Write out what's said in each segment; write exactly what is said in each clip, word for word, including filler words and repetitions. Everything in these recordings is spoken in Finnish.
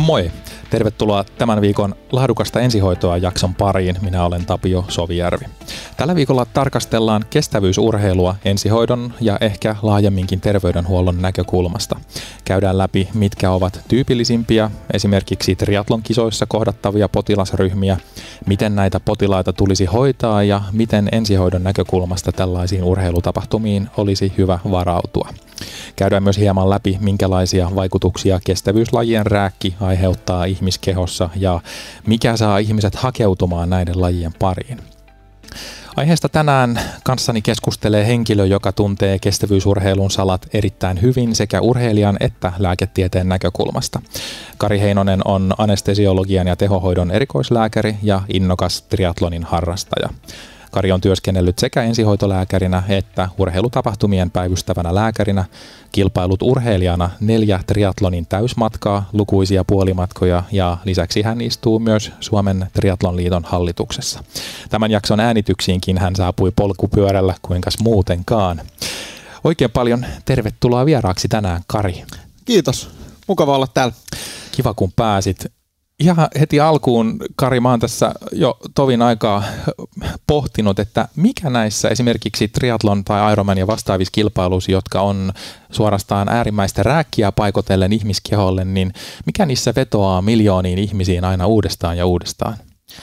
Moi! Tervetuloa tämän viikon Laadukasta ensihoitoa jakson pariin. Minä olen Tapio Sovijärvi. Tällä viikolla tarkastellaan kestävyysurheilua ensihoidon ja ehkä laajemminkin terveydenhuollon näkökulmasta. Käydään läpi, mitkä ovat tyypillisimpiä, esimerkiksi triathlon-kisoissa kohdattavia potilasryhmiä, miten näitä potilaita tulisi hoitaa ja miten ensihoidon näkökulmasta tällaisiin urheilutapahtumiin olisi hyvä varautua. Käydään myös hieman läpi, minkälaisia vaikutuksia kestävyyslajien rääkki aiheuttaa ihmiskehossa ja mikä saa ihmiset hakeutumaan näiden lajien pariin. Aiheesta tänään kanssani keskustelee henkilö, joka tuntee kestävyysurheilun salat erittäin hyvin sekä urheilijan että lääketieteen näkökulmasta. Kari Heinonen on anestesiologian ja tehohoidon erikoislääkäri ja innokas triathlonin harrastaja. Kari on työskennellyt sekä ensihoitolääkärinä että urheilutapahtumien päivystävänä lääkärinä, kilpailut urheilijana neljä triathlonin täysmatkaa, lukuisia puolimatkoja ja lisäksi hän istuu myös Suomen Triathlonliiton hallituksessa. Tämän jakson äänityksiinkin hän saapui polkupyörällä, kuinkas muutenkaan. Oikein paljon tervetuloa vieraaksi tänään, Kari. Kiitos. Mukava olla täällä. Kiva kun pääsit. Ihan heti alkuun, Kari, mä oon tässä jo tovin aikaa pohtinut, että mikä näissä esimerkiksi triathlon tai Ironman ja vastaavissa kilpailuissa, jotka on suorastaan äärimmäistä rääkkiä paikotellen ihmiskeholle, niin mikä niissä vetoaa miljooniin ihmisiin aina uudestaan ja uudestaan?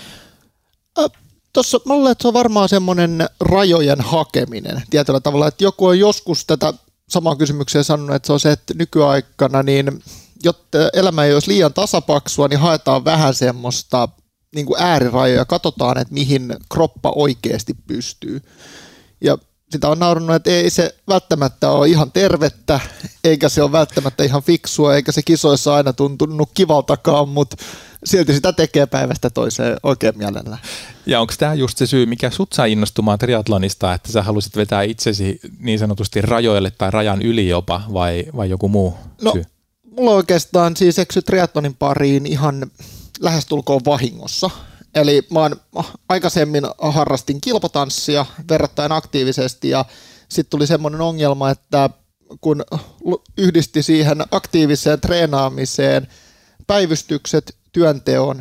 Äh, Tuossa mä luulen, että se on varmaan semmoinen rajojen hakeminen tietyllä tavalla, että joku on joskus tätä samaa kysymyksiä sanonut, että se on se, että nykyaikana niin jotta elämä ei olisi liian tasapaksua, niin haetaan vähän semmoista niin kuin äärirajoja, katsotaan, että mihin kroppa oikeasti pystyy. Ja sitä on naurannut, että ei se välttämättä ole ihan tervettä, eikä se ole välttämättä ihan fiksua, eikä se kisoissa aina tuntunut kivaltakaan, mutta silti sitä tekee päivästä toiseen oikein mielellään. Ja onko tämä just se syy, mikä sut saa innostumaan triathlonista, että sä halusit vetää itsesi niin sanotusti rajoille tai rajan yli jopa, vai, vai joku muu no, syy? Mulla oikeastaan siis eksy triathlonin pariin ihan lähestulkoon vahingossa. Eli mä oon aikaisemmin harrastin kilpatanssia verrattain aktiivisesti ja sitten tuli semmoinen ongelma, että kun yhdisti siihen aktiiviseen treenaamiseen päivystykset, työnteon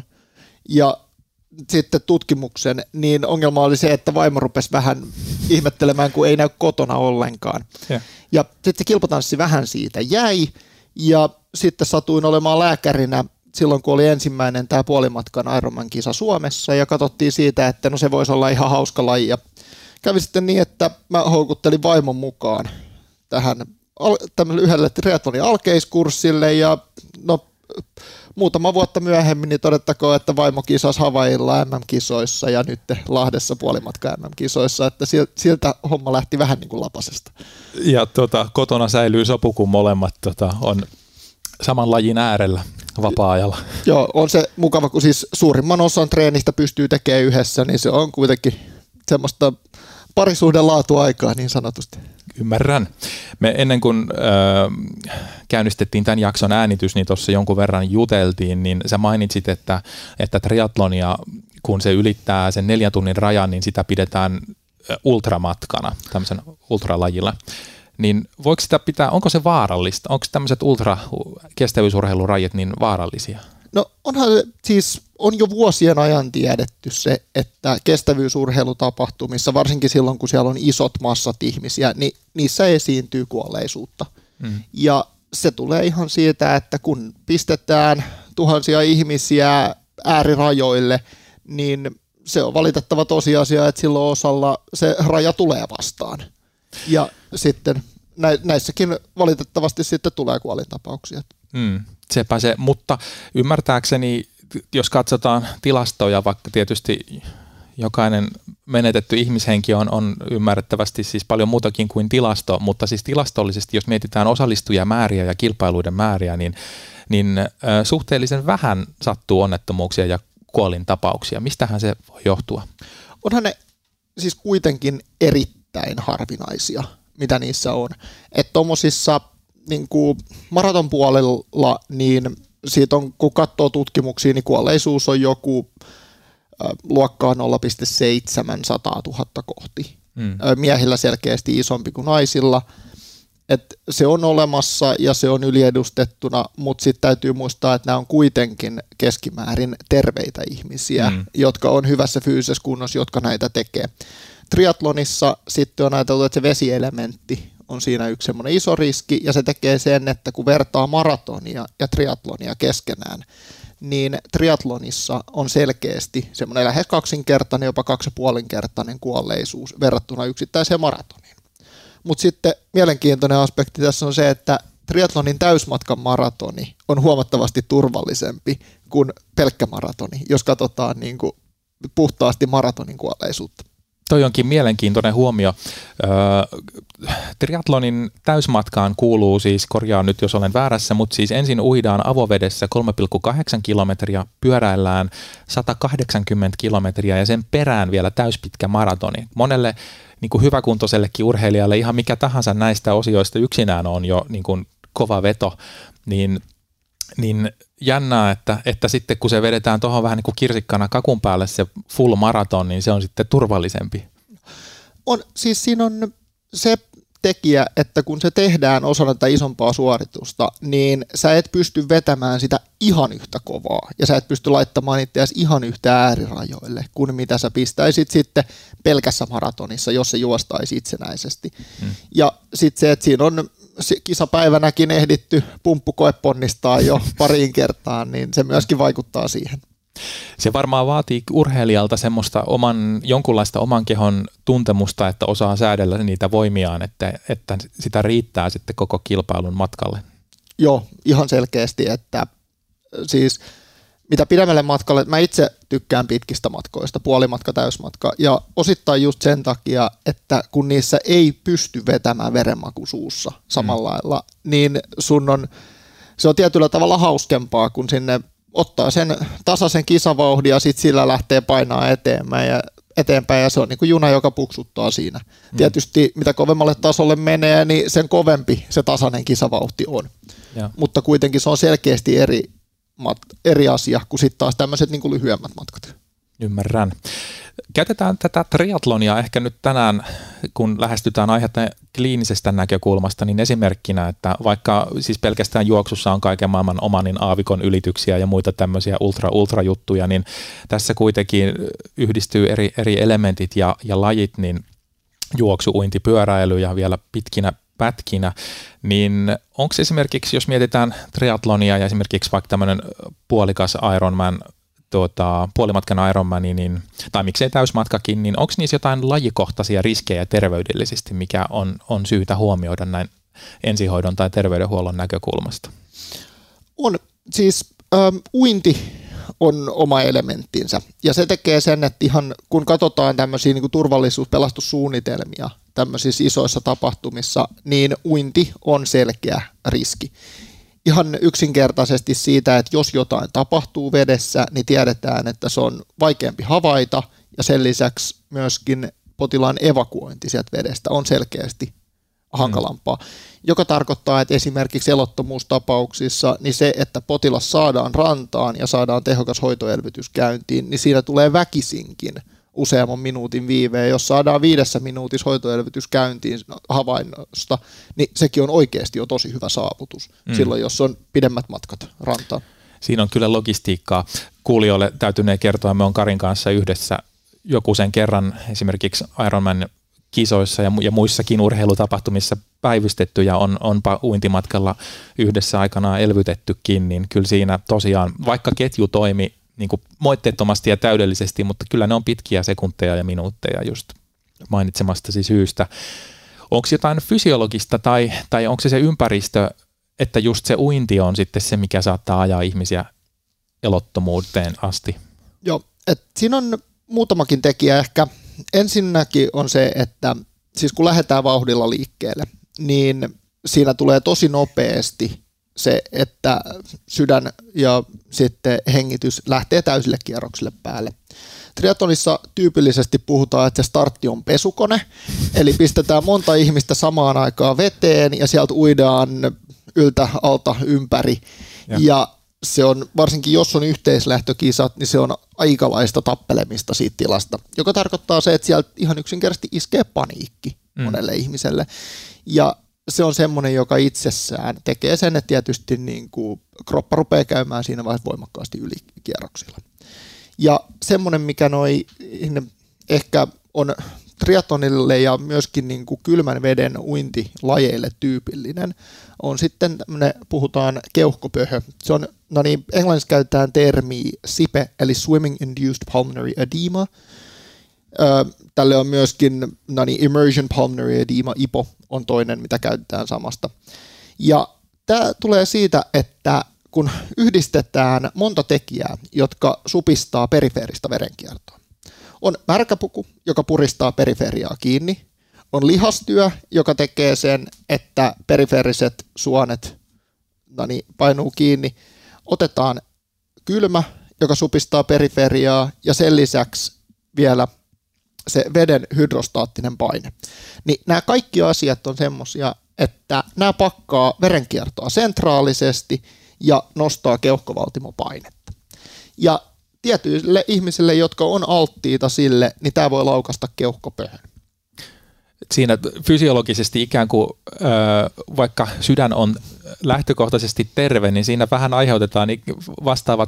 ja sitten tutkimuksen, niin ongelma oli se, että vaimo rupesi vähän ihmettelemään, kun ei näy kotona ollenkaan. Ja, ja sitten se kilpatanssi vähän siitä jäi. Ja sitten satuin olemaan lääkärinä silloin, kun oli ensimmäinen tämä puolimatkan Ironman-kisa Suomessa ja katsottiin siitä, että no se voisi olla ihan hauska laji. Ja kävi sitten niin, että mä houkuttelin vaimon mukaan tähän tämmöiselle yhdelle triathlonin alkeiskurssille ja no muutama vuotta myöhemmin niin todettakoon, että vaimo kisasi Havaijilla M M-kisoissa ja nyt Lahdessa puolimatka M M-kisoissa, että siltä homma lähti vähän niin kuin lapasesta. Ja tota, kotona säilyy sopu, kun molemmat tota, on saman lajin äärellä vapaa-ajalla. Joo, on se mukava, kun siis suurimman osan treenistä pystyy tekemään yhdessä, niin se on kuitenkin semmoista parisuhden laatuaikaa niin sanotusti. Ymmärrän. Me ennen kuin äh, käynnistettiin tämän jakson äänitys, niin tuossa jonkun verran juteltiin, niin sä mainitsit, että, että triathlonia, kun se ylittää sen neljän tunnin rajan, niin sitä pidetään ultramatkana, tämmöisen ultralajilla. Niin voiko sitä pitää, onko se vaarallista? Onko tämmöiset ultra-kestävyysurheilurajat niin vaarallisia? No onhan siis, on jo vuosien ajan tiedetty se, että kestävyysurheilutapahtumissa, varsinkin silloin kun siellä on isot massat ihmisiä, niin niissä esiintyy kuolleisuutta. Mm. Ja se tulee ihan siitä, että kun pistetään tuhansia ihmisiä äärirajoille, niin se on valitettava tosiasia, että silloin osalla se raja tulee vastaan. Ja sitten näissäkin valitettavasti sitten tulee kuolintapauksia. Mm, sepä se, mutta ymmärtääkseni, jos katsotaan tilastoja, vaikka tietysti jokainen menetetty ihmishenki on, on ymmärrettävästi siis paljon muutakin kuin tilasto, mutta siis tilastollisesti, jos mietitään osallistujamääriä ja kilpailuiden määriä, niin, niin äh, suhteellisen vähän sattuu onnettomuuksia ja kuolintapauksia. Mistähän se voi johtua? Onhan ne siis kuitenkin erittäin harvinaisia, mitä niissä on. Että tuommoisissa niin kuin maraton puolella, niin siitä on, kun katsoo tutkimuksia, niin kuolleisuus on joku äh, luokkaa nolla pilkku seitsemän sataa tuhatta kohti. Mm. Miehillä selkeästi isompi kuin naisilla. että se on olemassa ja se on yliedustettuna, mutta sitten täytyy muistaa, että nämä on kuitenkin keskimäärin terveitä ihmisiä, mm. jotka on hyvässä fyysisessä kunnossa, jotka näitä tekee. Triathlonissa sitten on ajateltu, että se vesielementti on siinä yksi semmoinen iso riski, ja se tekee sen, että kun vertaa maratonia ja triathlonia keskenään, niin triathlonissa on selkeästi semmoinen lähes kaksinkertainen, jopa kaksi ja puolinkertainen kuolleisuus verrattuna yksittäiseen maratoniin. Mutta sitten mielenkiintoinen aspekti tässä on se, että triathlonin täysmatkan maratoni on huomattavasti turvallisempi kuin pelkkä maratoni, jos katsotaan niin kuin puhtaasti maratonin kuolleisuutta. Toi onkin mielenkiintoinen huomio. Öö, triathlonin täysmatkaan kuuluu siis, korjaan nyt jos olen väärässä, mutta siis ensin uidaan avovedessä kolme pilkku kahdeksan kilometriä, pyöräillään sata kahdeksankymmentä kilometriä ja sen perään vielä täyspitkä maratoni. Monelle niin kuin hyväkuntoisellekin urheilijalle ihan mikä tahansa näistä osioista yksinään on jo niin kuin kova veto, niin niin jännää, että, että sitten kun se vedetään tuohon vähän niin kuin kirsikkana kakun päälle se full maraton, niin se on sitten turvallisempi. On, siis siinä on se tekijä, että kun se tehdään osana tätä isompaa suoritusta, niin sä et pysty vetämään sitä ihan yhtä kovaa ja sä et pysty laittamaan itseäsi ihan yhtä äärirajoille kuin mitä sä pistäisit sitten pelkässä maratonissa, jos se juostaisi itsenäisesti. Hmm. Ja sitten se, että siinä on kisapäivänäkin ehditty pumppukoe ponnistaa jo pariin kertaan, niin se myöskin vaikuttaa siihen. Se varmaan vaatii urheilijalta semmoista oman, jonkunlaista oman kehon tuntemusta, että osaa säädellä niitä voimiaan, että, että sitä riittää sitten koko kilpailun matkalle. Joo, ihan selkeästi, että siis mitä pidemmälle matkalle, mä itse tykkään pitkistä matkoista, puolimatka, täysmatka, ja osittain just sen takia, että kun niissä ei pysty vetämään verenmaku suussa samalla mm. lailla, niin sun on, se on tietyllä tavalla hauskempaa, kun sinne ottaa sen tasaisen kisavauhdin ja sitten sillä lähtee painaa eteenpäin ja, eteenpäin ja se on niin kuin juna, joka puksuttaa siinä. Mm. Tietysti mitä kovemmalle tasolle menee, niin sen kovempi se tasainen kisavauhti on, ja. Mutta kuitenkin se on selkeästi eri Mat, eri asia kuin sitten taas tämmöiset niin kuin lyhyemmät matkat. Ymmärrän. Käytetään tätä triathlonia ehkä nyt tänään, kun lähestytään aihetta kliinisestä näkökulmasta, niin esimerkkinä, että vaikka siis pelkästään juoksussa on kaiken maailman omanin aavikon ylityksiä ja muita tämmöisiä ultra-ultra-juttuja, niin tässä kuitenkin yhdistyy eri, eri elementit ja, ja lajit, niin juoksu, uinti, pyöräily ja vielä pitkinä pätkinä, niin onko esimerkiksi, jos mietitään triathlonia ja esimerkiksi vaikka tämmöinen puolikas Ironman, tuota, puolimatkan Ironman, niin, tai miksei täysmatkakin, niin onko niissä jotain lajikohtaisia riskejä terveydellisesti, mikä on, on syytä huomioida näin ensihoidon tai terveydenhuollon näkökulmasta? On, siis ähm, uinti on oma elementtinsä, ja se tekee sen, että ihan kun katsotaan tämmöisiä niin kuin turvallisuuspelastussuunnitelmia tämmöisissä isoissa tapahtumissa, niin uinti on selkeä riski. Ihan yksinkertaisesti siitä, että jos jotain tapahtuu vedessä, niin tiedetään, että se on vaikeampi havaita, ja sen lisäksi myöskin potilaan evakuointi sieltä vedestä on selkeästi hankalampaa, mm. joka tarkoittaa, että esimerkiksi elottomuustapauksissa niin se, että potilas saadaan rantaan ja saadaan tehokas hoitoelvytys käyntiin, niin siinä tulee väkisinkin useamman minuutin viiveen. Jos saadaan viidessä minuutissa hoitoelvytys käyntiin havainnosta, niin sekin on oikeasti jo tosi hyvä saavutus mm. silloin, jos on pidemmät matkat rantaan. Siinä on kyllä logistiikkaa. Kuulijoille täytynee kertoa, me on Karin kanssa yhdessä joku sen kerran esimerkiksi Ironman kisoissa ja, ja muissakin urheilutapahtumissa päivystetty ja on, onpa uintimatkalla yhdessä aikanaan elvytettykin, niin kyllä siinä tosiaan, vaikka ketju toimi niin kuin moitteettomasti ja täydellisesti, mutta kyllä ne on pitkiä sekunteja ja minuutteja just mainitsemastasi syystä. Onko jotain fysiologista tai, tai onko se se ympäristö, että just se uinti on sitten se, mikä saattaa ajaa ihmisiä elottomuuteen asti? Joo, että siinä on muutamakin tekijä ehkä. Ensinnäkin on se, että siis kun lähdetään vauhdilla liikkeelle, niin siinä tulee tosi nopeasti se, että sydän ja sitten hengitys lähtee täysille kierroksille päälle. Triathlonissa tyypillisesti puhutaan, että se startti on pesukone, eli pistetään monta ihmistä samaan aikaan veteen ja sieltä uidaan yltä, alta, ympäri. Ja, ja se on, varsinkin jos on yhteislähtökisat, niin se on aikalaista tappelemista siitä tilasta, joka tarkoittaa se, että sieltä ihan yksinkertaisesti iskee paniikki mm. monelle ihmiselle. Ja se on semmoinen, joka itsessään tekee sen, että tietysti niin kuin kroppa rupeaa käymään siinä vaiheessa voimakkaasti ylikierroksilla. Ja semmoinen, mikä noi ehkä on triathlonille ja myöskin niin kuin kylmän veden uintilajeille tyypillinen, on sitten tämmöinen, puhutaan keuhkopöhö. Se on, no niin, englanniksi käytetään termiä S I P E, eli Swimming Induced Pulmonary Edema. Tälle on myöskin no niin, Immersion Pulmonary Edema, I P O, on toinen, mitä käytetään samasta. Ja tämä tulee siitä, että kun yhdistetään monta tekijää, jotka supistaa perifeeristä verenkiertoa. On märkäpuku, joka puristaa periferiaa kiinni. On lihastyö, joka tekee sen, että perifeeriset suonet no niin, painuu kiinni. Otetaan kylmä, joka supistaa periferiaa, ja sen lisäksi vielä se veden hydrostaattinen paine. Niin nämä kaikki asiat on semmoisia, että nämä pakkaa verenkiertoa sentraalisesti ja nostaa keuhkovaltimopainetta. Ja tietyille ihmisille, jotka on alttiita sille, niin tämä voi laukaista keuhkopöhön. Siinä fysiologisesti ikään kuin, vaikka sydän on lähtökohtaisesti terve, niin siinä vähän aiheutetaan vastaavat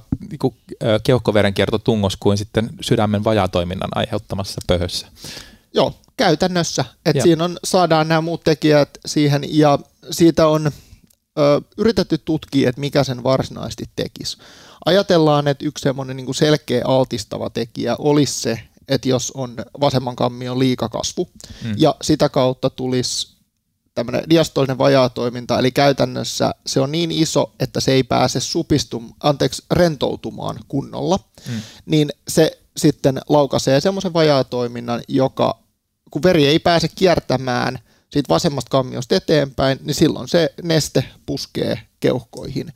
keuhkoverenkiertotungos kuin sitten sydämen vajaatoiminnan aiheuttamassa pöhössä. Joo, käytännössä. Että siinä on, saadaan nämä muut tekijät siihen, ja siitä on ö, yritetty tutkia, että mikä sen varsinaisesti tekisi. Ajatellaan, että yksi semmoinen niin kuin selkeä altistava tekijä olisi se, että jos on vasemman kammion liikakasvu, hmm. ja sitä kautta tulisi tämmöinen diastolinen vajaatoiminta, eli käytännössä se on niin iso, että se ei pääse supistum, anteeksi, rentoutumaan kunnolla, hmm. niin se sitten laukaisee semmoisen vajaatoiminnan, joka, kun veri ei pääse kiertämään siitä vasemmasta kammiosta eteenpäin, niin silloin se neste puskee keuhkoihin.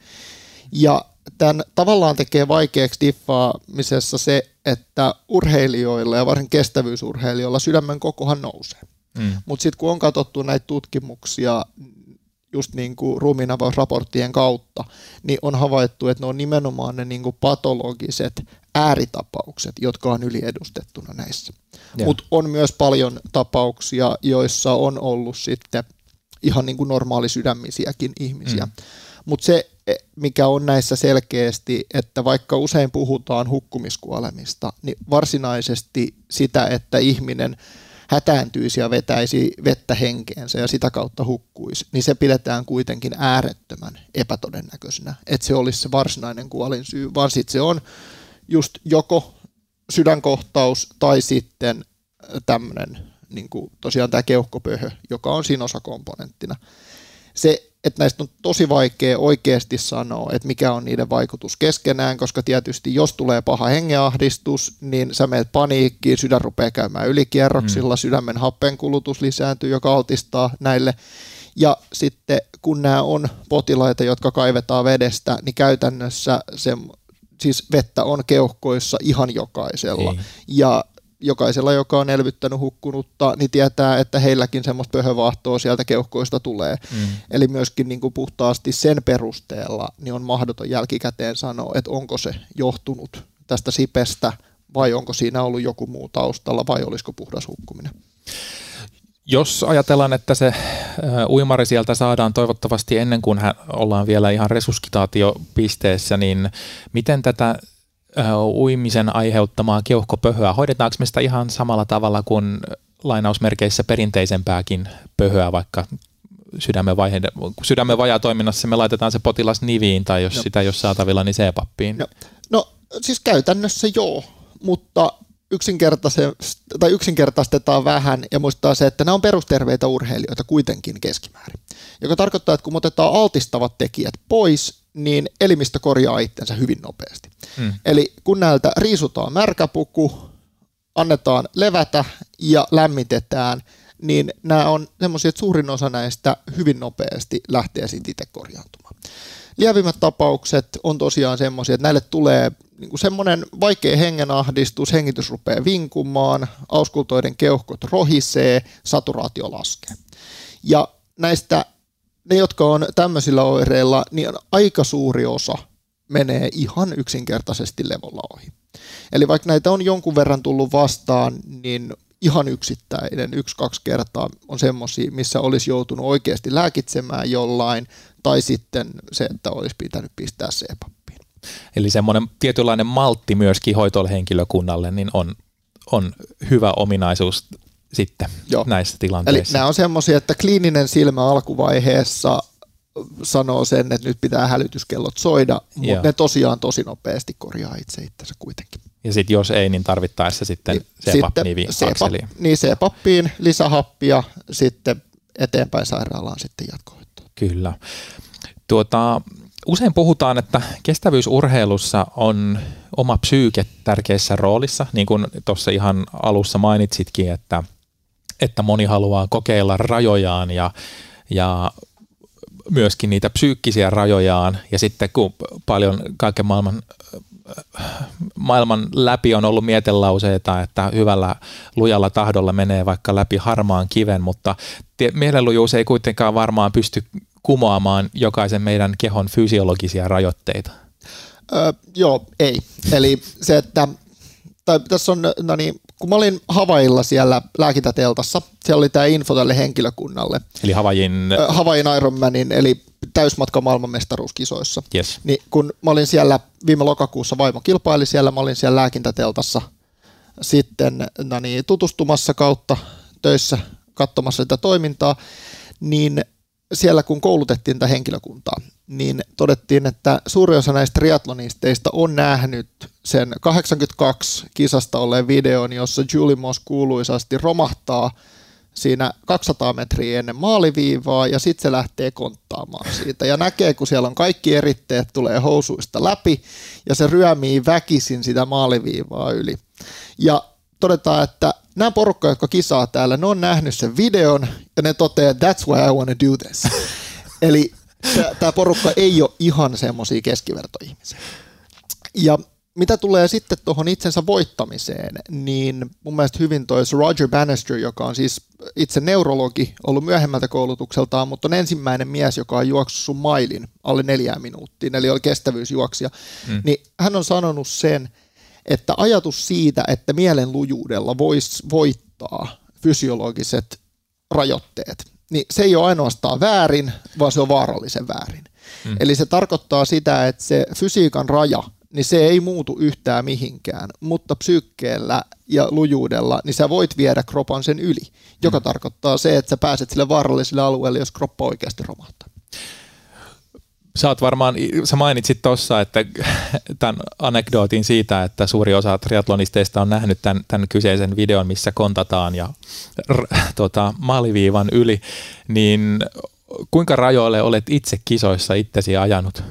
Ja tämän tavallaan tekee vaikeaksi diffaamisessa se, että urheilijoilla ja varsinkin kestävyysurheilijoilla sydämen kokohan nousee. Mm. Mutta sitten kun on katsottu näitä tutkimuksia just niin kuin ruumiinavausraporttien kautta, niin on havaittu, että ne on nimenomaan ne niin kuin patologiset ääritapaukset, jotka on yliedustettuna näissä. Mutta on myös paljon tapauksia, joissa on ollut sitten ihan niin kuin normaalisydämisiäkin ihmisiä. Mm. Mutta se, mikä on näissä selkeästi, että vaikka usein puhutaan hukkumiskuolemista, niin varsinaisesti sitä, että ihminen hätääntyisi ja vetäisi vettä henkeensä ja sitä kautta hukkuisi, niin se pidetään kuitenkin äärettömän epätodennäköisenä, että se olisi se varsinainen kuolinsyy, vaan sitten se on just joko sydänkohtaus tai sitten tämmöinen, niin kuin tosiaan tämä keuhkopöhö, joka on siinä osakomponenttina. Se, että näistä on tosi vaikea oikeasti sanoa, että mikä on niiden vaikutus keskenään, koska tietysti jos tulee paha hengenahdistus, niin sä menet paniikkiin, sydän rupeaa käymään ylikierroksilla, mm. sydämen happenkulutus lisääntyy, joka altistaa näille. Ja sitten kun nämä on potilaita, jotka kaivetaan vedestä, niin käytännössä se, siis vettä on keuhkoissa ihan jokaisella. Ei. Ja jokaisella, joka on elvyttänyt hukkunutta, niin tietää, että heilläkin semmoista pöhövahtoa sieltä keuhkoista tulee. Mm. Eli myöskin niin kuin puhtaasti sen perusteella niin on mahdoton jälkikäteen sanoa, että onko se johtunut tästä sipestä vai onko siinä ollut joku muu taustalla vai olisiko puhdas hukkuminen. Jos ajatellaan, että se uimari sieltä saadaan toivottavasti ennen kuin hän ollaan vielä ihan resuscitaatiopisteessä, niin miten tätä uimisen aiheuttamaa keuhkopöhöä, hoidetaanko me sitä ihan samalla tavalla kuin lainausmerkeissä perinteisempääkin pöhöä, vaikka sydämen, vaiheiden, sydämen vajaatoiminnassa me laitetaan se potilas niviin tai jos no. sitä ei ole saatavilla, niin C-pappiin? No. no siis käytännössä joo, mutta tai yksinkertaistetaan vähän ja muistaa se, että nämä on perusterveitä urheilijoita kuitenkin keskimäärin, joka tarkoittaa, että kun otetaan altistavat tekijät pois, niin elimistö korjaa itsensä hyvin nopeasti. Hmm. Eli kun näiltä riisutaan märkäpuku, annetaan levätä ja lämmitetään, niin nämä on semmoisia, että suurin osa näistä hyvin nopeasti lähtee sitten itse korjaantumaan. Lievimmät tapaukset on tosiaan semmoisia, että näille tulee niinku semmoinen vaikea hengenahdistus, hengitys rupeaa vinkumaan, auskultoiden keuhkot rohisee, saturaatio laskee. Ja näistä ne, jotka on tämmöisillä oireilla, niin aika suuri osa menee ihan yksinkertaisesti levolla ohi. Eli vaikka näitä on jonkun verran tullut vastaan, niin ihan yksittäinen, yksi-kaksi kertaa on semmoisia, missä olisi joutunut oikeasti lääkitsemään jollain, tai sitten se, että olisi pitänyt pistää C-pappiin. Eli semmoinen tietynlainen maltti myöskin hoitohenkilökunnalle niin on, on hyvä ominaisuus sitten Joo. näissä tilanteissa. Eli nämä on semmoisia, että kliininen silmä alkuvaiheessa sanoo sen, että nyt pitää hälytyskellot soida, mutta Joo. ne tosiaan tosi nopeasti korjaa itse itsensä kuitenkin. Ja sitten jos ei, niin tarvittaessa sitten niin, C-pappi-akseliin. Niin C-pappiin, lisähappia, sitten eteenpäin sairaalaan sitten jatkohoitoon. Kyllä. Tuota, usein puhutaan, että kestävyysurheilussa on oma psyyke tärkeässä roolissa, niin kuin tuossa ihan alussa mainitsitkin, että, että moni haluaa kokeilla rajojaan ja, ja myöskin niitä psyykkisiä rajojaan, ja sitten kun paljon kaiken maailman, maailman läpi on ollut mietelauseita, että hyvällä lujalla tahdolla menee vaikka läpi harmaan kiven, mutta mielenlujuus ei kuitenkaan varmaan pysty kumoamaan jokaisen meidän kehon fysiologisia rajoitteita. Öö, joo, ei. Eli se, että tai tässä on, no niin, kun mä olin Havailla siellä lääkintäteltassa, siellä oli tämä info tälle henkilökunnalle. Eli Havain... Havain Ironmanin, eli täysmatka maailmanmestaruuskisoissa. Yes. Niin kun mä olin siellä viime lokakuussa, vaimo kilpaili siellä, mä olin siellä lääkintäteltassa sitten no niin, tutustumassa kautta töissä, katsomassa sitä toimintaa, niin siellä kun koulutettiin tätä henkilökuntaa, niin todettiin, että suuri osa näistä triatlonisteista on nähnyt sen kahdeksankymmentäkaksi kisasta olleen videon, jossa Julie Moss kuuluisasti romahtaa siinä kaksisataa metriä ennen maaliviivaa ja sitten se lähtee konttaamaan siitä ja näkee, kun siellä on kaikki eritteet tulee housuista läpi ja se ryömii väkisin sitä maaliviivaa yli. Ja todetaan, että nämä porukka, jotka kisaa täällä, ne on nähnyt sen videon ja ne toteaa, that's why I want to do this. Eli tämä porukka ei ole ihan semmoisia keskivertoihmisiä. Ja mitä tulee sitten tuohon itsensä voittamiseen, niin mun mielestä hyvin toi Roger Bannister, joka on siis itse neurologi, ollut myöhemmältä koulutukseltaan, mutta on ensimmäinen mies, joka on juoksut sun mailin alle neljään minuuttiin, eli oli kestävyysjuoksija, mm. niin hän on sanonut sen, että ajatus siitä, että mielenlujuudella voisi voittaa fysiologiset rajoitteet, niin se ei ole ainoastaan väärin, vaan se on vaarallisen väärin. Mm. Eli se tarkoittaa sitä, että se fysiikan raja, niin se ei muutu yhtään mihinkään, mutta psyykkeellä ja lujuudella, niin sä voit viedä kropan sen yli, joka mm. tarkoittaa se, että sä pääset sille vaaralliselle alueelle, jos kroppa oikeasti romahtaa. Sä oot varmaan, sä mainitsit tuossa, että tämän anekdootin siitä, että suuri osa triatlonisteista on nähnyt tämän, tämän kyseisen videon, missä kontataan ja r, tota, maaliviivan yli, niin kuinka rajoille olet itse kisoissa itsesi ajanut?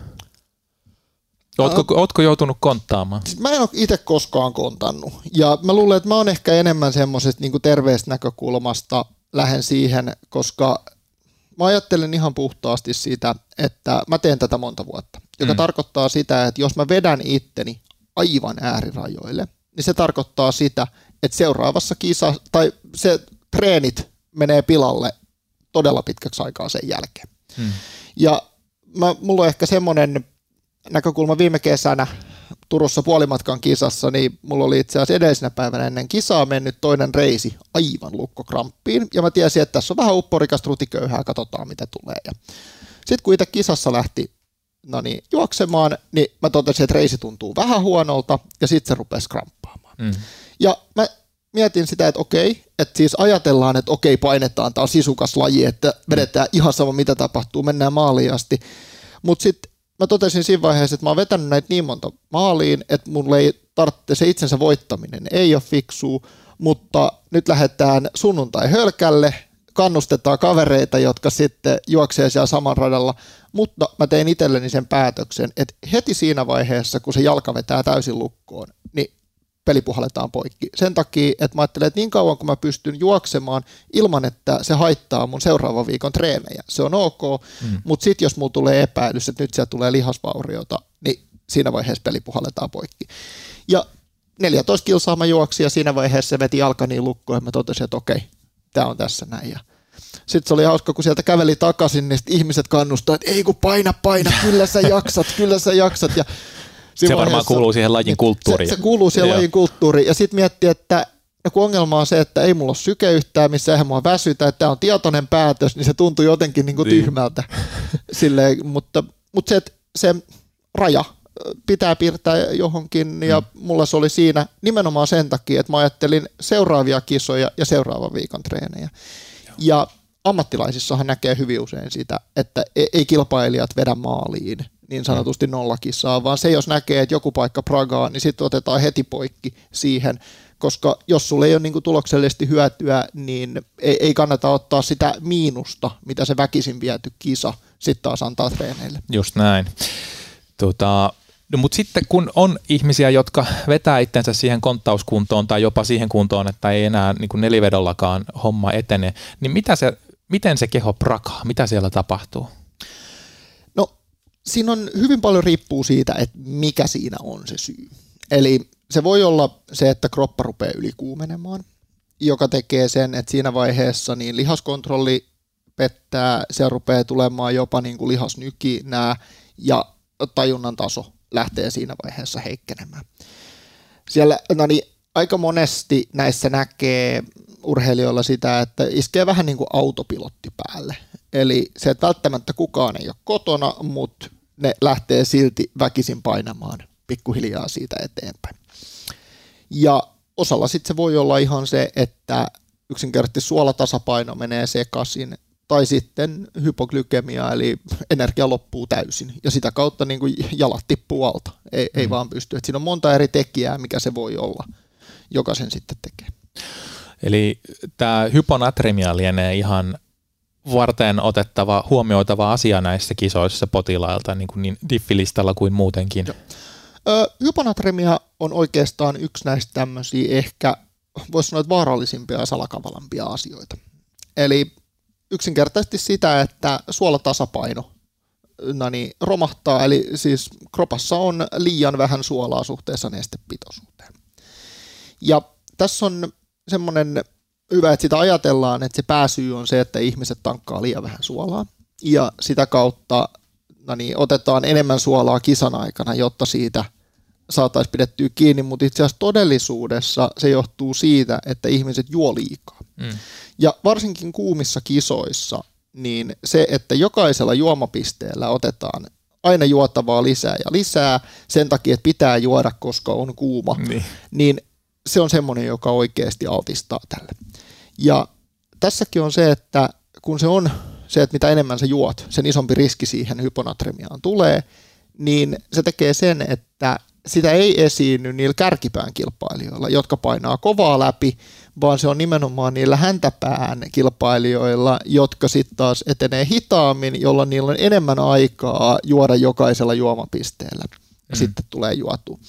Ootko, uh, ootko joutunut konttaamaan? Mä en ole itse koskaan kontannut ja mä luulen, että mä oon ehkä enemmän semmoisesta niin kuin terveestä näkökulmasta lähden siihen, koska mä ajattelen ihan puhtaasti siitä, että mä teen tätä monta vuotta, joka mm. tarkoittaa sitä, että jos mä vedän itteni aivan äärirajoille, niin se tarkoittaa sitä, että seuraavassa kisa tai se treenit menee pilalle todella pitkäksi aikaa sen jälkeen. Mm. Ja mä, mulla on ehkä semmoinen näkökulma viime kesänä Turussa puolimatkan kisassa, niin mulla oli itse asiassa edellisenä päivänä ennen kisaa mennyt toinen reisi aivan lukkokramppiin, ja mä tiesin, että tässä on vähän upporikasta rutiköyhää, katsotaan mitä tulee. Sitten kun itse kisassa lähti no niin, juoksemaan, niin mä totesin, että reisi tuntuu vähän huonolta, ja sitten se rupesi kramppaamaan. Mm. Ja mä mietin sitä, että okei, että siis ajatellaan, että okei, painetaan, tämä on sisukas laji, että vedetään ihan sama mitä tapahtuu, mennään maaliin asti, mutta sitten mä totesin siinä vaiheessa, että mä oon vetänyt näitä niin monta maaliin, että mulle ei tarvitse se itsensä voittaminen, ei ole fiksua, mutta nyt lähdetään sunnuntai hölkälle, kannustetaan kavereita, jotka sitten juoksee siellä saman radalla, mutta mä tein itselleni sen päätöksen, että heti siinä vaiheessa, kun se jalka vetää täysin lukkoon, niin peli puhalletaan poikki. Sen takia, että mä ajattelen, että niin kauan kun mä pystyn juoksemaan ilman, että se haittaa mun seuraavan viikon treenejä, se on ok, mm. mutta sitten jos mulla tulee epäilys, että nyt siellä tulee lihasvauriota, niin siinä vaiheessa peli puhalletaan poikki. Ja neljätoista kilsaa mä juoksin ja siinä vaiheessa se veti jalkani lukkoon ja mä totesin, että okei, tää on tässä näin. Ja sitten se oli hauska, kun sieltä käveli takaisin, niin ihmiset kannustaa, että ei kun paina, paina, kyllä sä jaksat, kyllä sä jaksat. Ja se varmaan kuuluu siihen lajin kulttuuriin. Se, se kuuluu siihen Joo. lajin kulttuuriin. Ja sitten miettii, että ja kun ongelma on se, että ei mulla ole syke yhtään, missä eihän mua väsytä, että tämä on tietoinen päätös, niin se tuntuu jotenkin niin kuin tyhmältä. Silleen, mutta, mutta se, että se raja pitää piirtää johonkin, ja mm. mulla se oli siinä nimenomaan sen takia, että mä ajattelin seuraavia kisoja ja seuraavan viikon treenejä. Joo. Ja ammattilaisissahan näkee hyvin usein sitä, että ei kilpailijat vedä maaliin niin sanotusti nollakisaa, vaan se, jos näkee, että joku paikka pragaa, niin sitten otetaan heti poikki siihen, koska jos sulla ei ole niinku tuloksellisesti hyötyä, niin ei, ei kannata ottaa sitä miinusta, mitä se väkisin viety kisa sitten taas antaa treeneille. Just näin. Tota, no, mutta sitten kun on ihmisiä, jotka vetää itsensä siihen konttauskuntoon tai jopa siihen kuntoon, että ei enää niin kuin nelivedollakaan homma etene, niin mitä se, miten se keho prakaa? Mitä siellä tapahtuu? No siinä on hyvin paljon riippuu siitä, että mikä siinä on se syy. Eli se voi olla se, että kroppa rupeaa ylikuumenemaan, joka tekee sen, että siinä vaiheessa niin lihaskontrolli pettää, se rupeaa tulemaan jopa niin kuin lihasnykinää ja tajunnan taso lähtee siinä vaiheessa heikkenemään. Siellä no niin, aika monesti näissä näkee urheilijoilla sitä, että iskee vähän niin kuin autopilotti päälle. Eli se, että välttämättä kukaan ei ole kotona, mutta ne lähtee silti väkisin painamaan pikkuhiljaa siitä eteenpäin. Ja osalla sitten se voi olla ihan se, että yksinkertaisesti suolatasapaino menee sekaisin, tai sitten hypoglykemia, eli energia loppuu täysin, ja sitä kautta niin kuin jalat tippuu alta, ei, mm. ei vaan pysty. Et siinä on monta eri tekijää, mikä se voi olla, joka sen sitten tekee. Eli tämä hyponatremia lienee ihan varten otettava, huomioitava asia näissä kisoissa potilailta, niin, kuin niin diffilistalla kuin muutenkin. Joo. Ö, hyponatremia on oikeastaan yksi näistä tämmöisiä ehkä, voisi sanoa, vaarallisimpia ja salakavalampia asioita. Eli yksinkertaisesti sitä, että suolatasapaino no niin, romahtaa, eli siis kropassa on liian vähän suolaa suhteessa nestepitoisuuteen. Ja tässä on semmoinen hyvä, että sitä ajatellaan, että se pääsyy on se, että ihmiset tankkaa liian vähän suolaa, ja sitä kautta no niin, otetaan enemmän suolaa kisan aikana, jotta siitä saataisiin pidettyä kiinni, mutta itse asiassa todellisuudessa se johtuu siitä, että ihmiset juo liikaa. Mm. Ja varsinkin kuumissa kisoissa, niin se, että jokaisella juomapisteellä otetaan aina juotavaa lisää ja lisää, sen takia, että pitää juoda, koska on kuuma, niin, niin se on semmoinen, joka oikeasti altistaa tälle. Ja tässäkin on se, että kun se on se, että mitä enemmän sä juot, sen isompi riski siihen hyponatremiaan tulee, niin se tekee sen, että sitä ei esiinny niillä kärkipään kilpailijoilla, jotka painaa kovaa läpi, vaan se on nimenomaan niillä häntäpään kilpailijoilla, jotka sitten taas etenee hitaammin, jolloin niillä on enemmän aikaa juoda jokaisella juomapisteellä ja mm. sitten tulee juotua.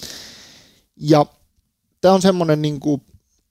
Ja tämä on semmoinen niin kuin,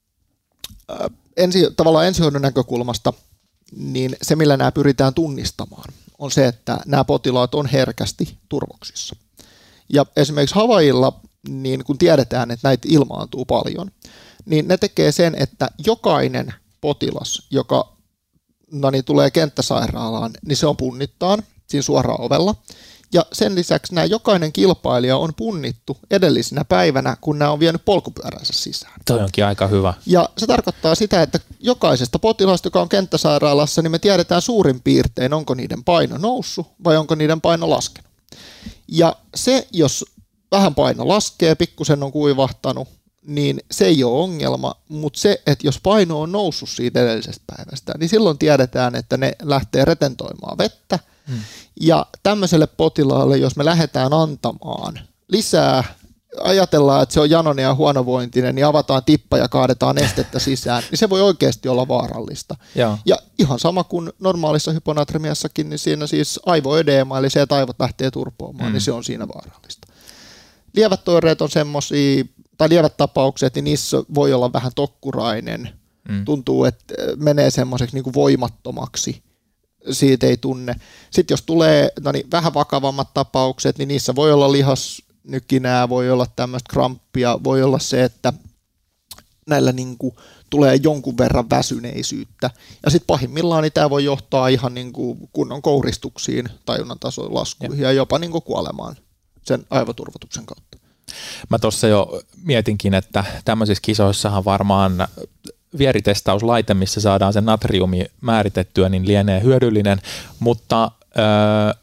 äh, ensi, tavallaan ensihoidon näkökulmasta, niin se millä nämä pyritään tunnistamaan on se, että nämä potilaat on herkästi turvoksissa. Ja esimerkiksi Havaijilla, niin kun tiedetään, että näitä ilmaantuu paljon, niin ne tekee sen, että jokainen potilas, joka no niin, tulee kenttäsairaalaan, niin se on punnittaan siinä suoraan ovella. Ja sen lisäksi nämä jokainen kilpailija on punnittu edellisenä päivänä, kun nämä on vienyt polkupyöränsä sisään. Toi onkin aika hyvä. Ja se tarkoittaa sitä, että jokaisesta potilaasta, joka on kenttäsairaalassa, niin me tiedetään suurin piirtein, onko niiden paino noussut vai onko niiden paino laskenut. Ja se, jos vähän paino laskee, pikkusen on kuivahtanut, niin se ei ole ongelma, mutta se, että jos paino on noussut siitä edellisestä päivästä, niin silloin tiedetään, että ne lähtee retentoimaan vettä. Hmm. Ja tämmöiselle potilaalle, jos me lähdetään antamaan lisää, ajatellaan, että se on janoinen ja huonovointinen, niin avataan tippa ja kaadetaan nestettä sisään, niin se voi oikeasti olla vaarallista. Ja, ja ihan sama kuin normaalissa hyponatremiassakin, niin siinä siis aivoödeema, eli se, että aivot lähtee turpoamaan, hmm. niin se on siinä vaarallista. Lievät oireet on semmoisia, tai lievät tapaukset, niin niissä voi olla vähän tokkurainen. Mm. Tuntuu, että menee semmoiseksi niin kuin voimattomaksi. Siitä ei tunne. Sitten jos tulee no niin, vähän vakavammat tapaukset, niin niissä voi olla lihasnykinää, voi olla tämmöistä kramppia, voi olla se, että näillä niin kuin tulee jonkun verran väsyneisyyttä. Ja sitten pahimmillaan niin tämä voi johtaa ihan niin kuin kunnon kouristuksiin, tajunnan tason laskuihin ja, ja jopa niin kuin kuolemaan sen aivoturvotuksen kautta. Mä tuossa jo mietinkin, että tämmöisissä kisoissahan varmaan vieritestauslaite, missä saadaan se natriumi määritettyä, niin lienee hyödyllinen, mutta öö,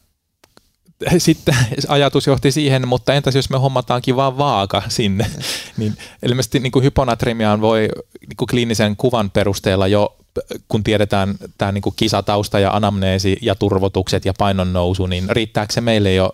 sitten ajatus johti siihen, mutta entäs jos me hommataankin vaan vaaka sinne, niin ilmeisesti niin kuin hyponatremiaan voi niin kuin kliinisen kuvan perusteella jo, kun tiedetään tämä niin kuin kisatausta ja anamneesi ja turvotukset ja painonnousu, niin riittääkö se meille jo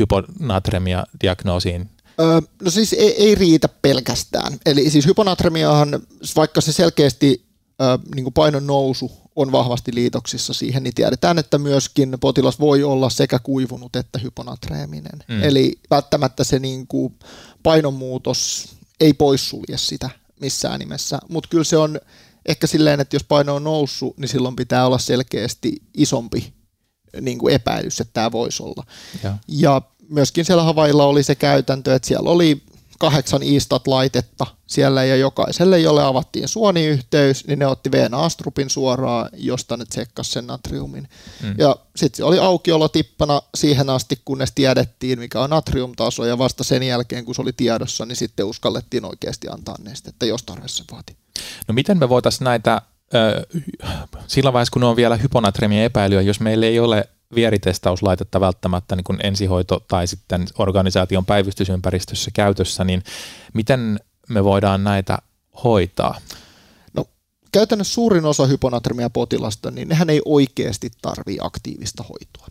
hyponatremia-diagnoosiin? Öö, no siis ei, ei riitä pelkästään. Eli siis hyponatremiahan, vaikka se selkeästi öö, niin kuin painon nousu on vahvasti liitoksissa siihen, niin tiedetään, että myöskin potilas voi olla sekä kuivunut että hyponatreeminen. Mm. Eli välttämättä se niin kuin painonmuutos ei poissulje sitä missään nimessä, mutta kyllä se on ehkä silleen, että jos paino on noussut, niin silloin pitää olla selkeästi isompi niin kuin epäilys, että tämä voisi olla. Ja. ja myöskin siellä Havailla oli se käytäntö, että siellä oli kahdeksan I-stat-laitetta siellä ja jokaiselle, jolle avattiin suoniyhteys, niin ne otti veena-astrupin suoraan, josta ne tsekkasi sen natriumin. Mm. Ja sitten se oli aukiolotippana siihen asti, kunnes tiedettiin, mikä on natriumtaso, ja vasta sen jälkeen, kun se oli tiedossa, niin sitten uskallettiin oikeasti antaa nestettä, jos tarve se vaati. No miten me voitaisiin näitä, äh, sillä vaiheessa kun ne on vielä hyponatremia epäilyä, jos meillä ei ole vieritestauslaitetta välttämättä niin kuin ensihoito tai sitten organisaation päivystysympäristössä käytössä, niin miten me voidaan näitä hoitaa? No käytännössä suurin osa hyponatremia-potilasta, niin nehän ei oikeasti tarvitse aktiivista hoitoa.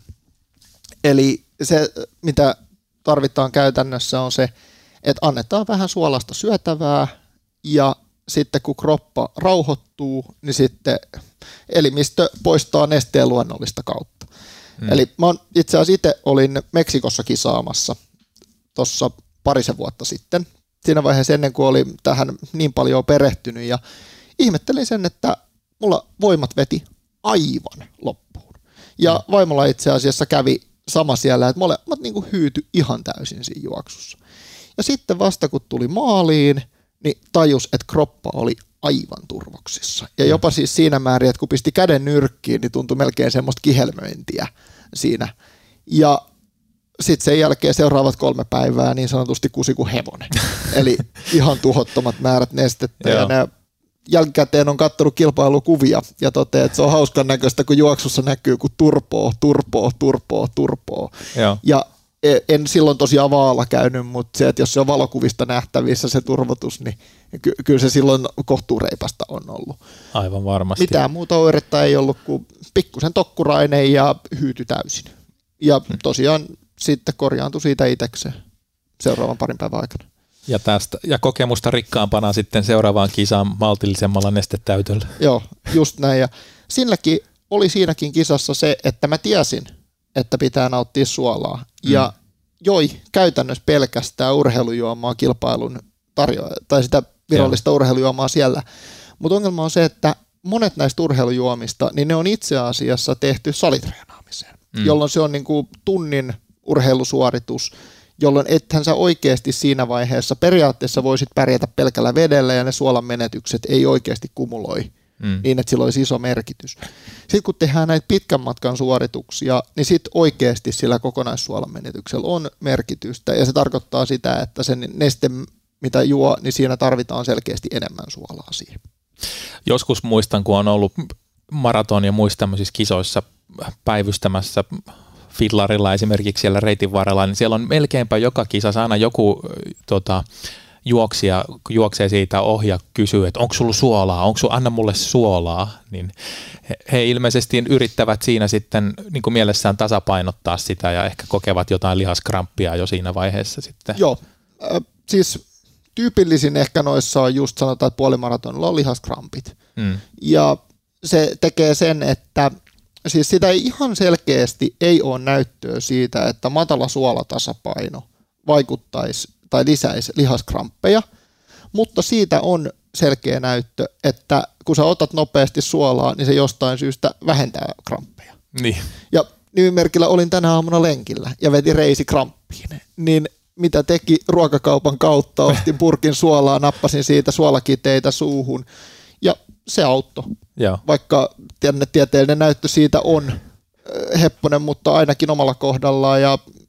Eli se, mitä tarvitaan käytännössä on se, että annetaan vähän suolasta syötävää ja sitten kun kroppa rauhoittuu, niin sitten elimistö poistaa nesteen luonnollista kautta. Hmm. Eli mä oon itse asiassa itse olin Meksikossa kisaamassa tuossa parisen vuotta sitten. Siinä vaiheessa ennen kuin olin tähän niin paljon perehtynyt ja ihmettelin sen, että mulla voimat veti aivan loppuun. Ja hmm. vaimolla itse asiassa kävi sama siellä, että molemmat niin kuin hyytyi ihan täysin siinä juoksussa. Ja sitten vasta kun tuli maaliin, niin tajus, että kroppa oli aivan turvoksissa. Ja jopa siis siinä määrin, että kun pisti käden nyrkkiin, niin tuntui melkein semmoista kihelmöintiä siinä. Ja sitten sen jälkeen seuraavat kolme päivää niin sanotusti kusi kuin hevonen. Eli ihan tuhottomat määrät nestettä. Ja nämä jälkikäteen on katsonut kilpailukuvia ja toteaa, että se on hauskan näköistä, kun juoksussa näkyy, kun turpoo, turpoo, turpoo, turpoo. Joo. Ja en silloin tosiaan vaalla käynyt, mutta se, että jos se on valokuvista nähtävissä se turvotus, niin ky- kyllä se silloin kohtuureipasta on ollut. Aivan varmasti. Mitään muuta oiretta ei ollut kuin pikkusen tokkurainen ja hyyty täysin. Ja tosiaan sitten korjaantui siitä itsekseen seuraavan parin päivän aikana. Ja, tästä, ja kokemusta rikkaampana sitten seuraavaan kisaan maltillisemmalla nestetäytöllä. Joo, just näin. Ja silläkin oli siinäkin kisassa se, että mä tiesin, että pitää nauttia suolaa. Mm. Ja joi käytännössä pelkästään urheilujuomaa kilpailun tarjoa tai sitä virallista Joo. urheilujuomaa siellä. Mutta ongelma on se, että monet näistä urheilujuomista, niin ne on itse asiassa tehty salitreenaamiseen, mm. jolloin se on niinku tunnin urheilusuoritus, jolloin ethän sä oikeasti siinä vaiheessa periaatteessa voisit pärjätä pelkällä vedellä ja ne suolan menetykset ei oikeasti kumuloi. Mm. Niin, että sillä olisi iso merkitys. Sitten kun tehdään näitä pitkän matkan suorituksia, niin sitten oikeasti sillä kokonaissuolan menetyksellä on merkitystä, ja se tarkoittaa sitä, että sen neste, mitä juo, niin siinä tarvitaan selkeästi enemmän suolaa siihen. Joskus muistan, kun on ollut maraton ja muissa tämmöisissä kisoissa päivystämässä fidlarilla esimerkiksi siellä reitin varrella, niin siellä on melkeinpä joka kisassa aina joku tota, juoksija juoksee siitä ohi ja kysyy, että onko sulla suolaa, onko sulla, anna mulle suolaa, niin he, he ilmeisesti yrittävät siinä sitten niin kuin mielessään tasapainottaa sitä ja ehkä kokevat jotain lihaskramppia jo siinä vaiheessa sitten. Joo, äh, siis tyypillisin ehkä noissa on just sanotaan, että puolimaratonilla on lihaskrampit. Mm. Ja se tekee sen, että siis sitä ei ihan selkeästi ei ole näyttöä siitä, että matala suolatasapaino vaikuttaisi tai lisäisi lihaskramppeja, mutta siitä on selkeä näyttö, että kun sä otat nopeasti suolaa, niin se jostain syystä vähentää kramppeja. Niin. Ja nimimerkillä olin tänä aamuna lenkillä ja veti reisi kramppiin, niin mitä teki ruokakaupan kautta, ostin purkin suolaa, nappasin siitä suolakiteitä suuhun ja se auttoi. Joo. Vaikka tieteellinen näyttö siitä on hepponen, mutta ainakin omalla kohdallaan ja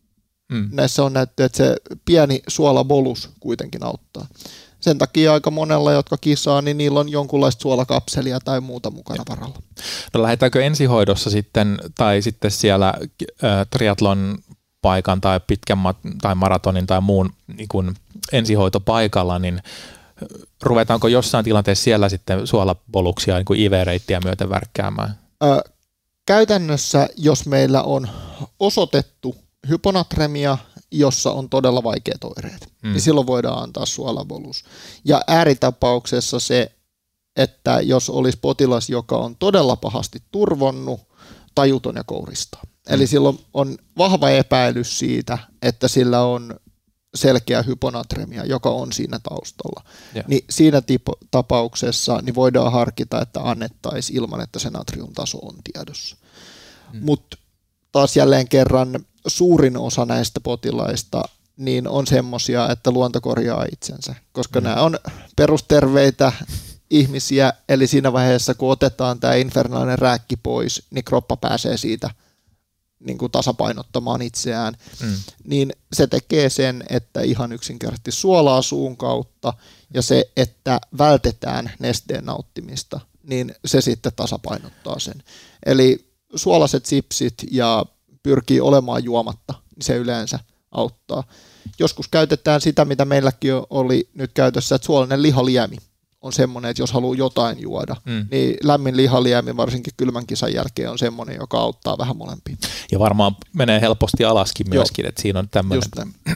Mm. Näissä on näytty, että se pieni suolabolus kuitenkin auttaa. Sen takia aika monella, jotka kisaa, niin niillä on jonkunlaista suolakapselia tai muuta mukana varalla. No lähdetäänkö ensihoidossa sitten, tai sitten siellä äh, triathlon paikan tai pitkän mat- tai maratonin tai muun niin kuin ensihoitopaikalla, niin ruvetaanko jossain tilanteessa siellä sitten suolaboluksia niin kuin I V-reittiä myöten värkkäämään? Ö, käytännössä, jos meillä on osoitettu hyponatremia, jossa on todella vaikeat oireet, mm. niin silloin voidaan antaa suolabolus. Ja ääritapauksessa se, että jos olisi potilas, joka on todella pahasti turvonnut, tajuton ja kouristaa. Mm. Eli silloin on vahva epäilys siitä, että sillä on selkeä hyponatremia, joka on siinä taustalla. Yeah. Niin siinä tipo- tapauksessa niin voidaan harkita, että annettaisiin ilman, että se natriumtaso on tiedossa. Mm. Mutta taas jälleen kerran suurin osa näistä potilaista niin on semmoisia, että luonto korjaa itsensä, koska mm. nämä on perusterveitä ihmisiä, eli siinä vaiheessa, kun otetaan tämä infernaalinen rääkki pois, niin kroppa pääsee siitä niin kuin tasapainottamaan itseään, mm. niin se tekee sen, että ihan yksinkertaisesti suolaa suun kautta, ja se, että vältetään nesteen nauttimista, niin se sitten tasapainottaa sen. Eli suolaiset sipsit ja pyrkii olemaan juomatta, niin se yleensä auttaa. Joskus käytetään sitä, mitä meilläkin oli nyt käytössä, että suolainen lihaliemi on semmoinen, että jos haluaa jotain juoda, mm. niin lämmin lihaliemi varsinkin kylmän kisan jälkeen on semmoinen, joka auttaa vähän molempia. Ja varmaan menee helposti alaskin myöskin, Joo. että siinä on tämmöinen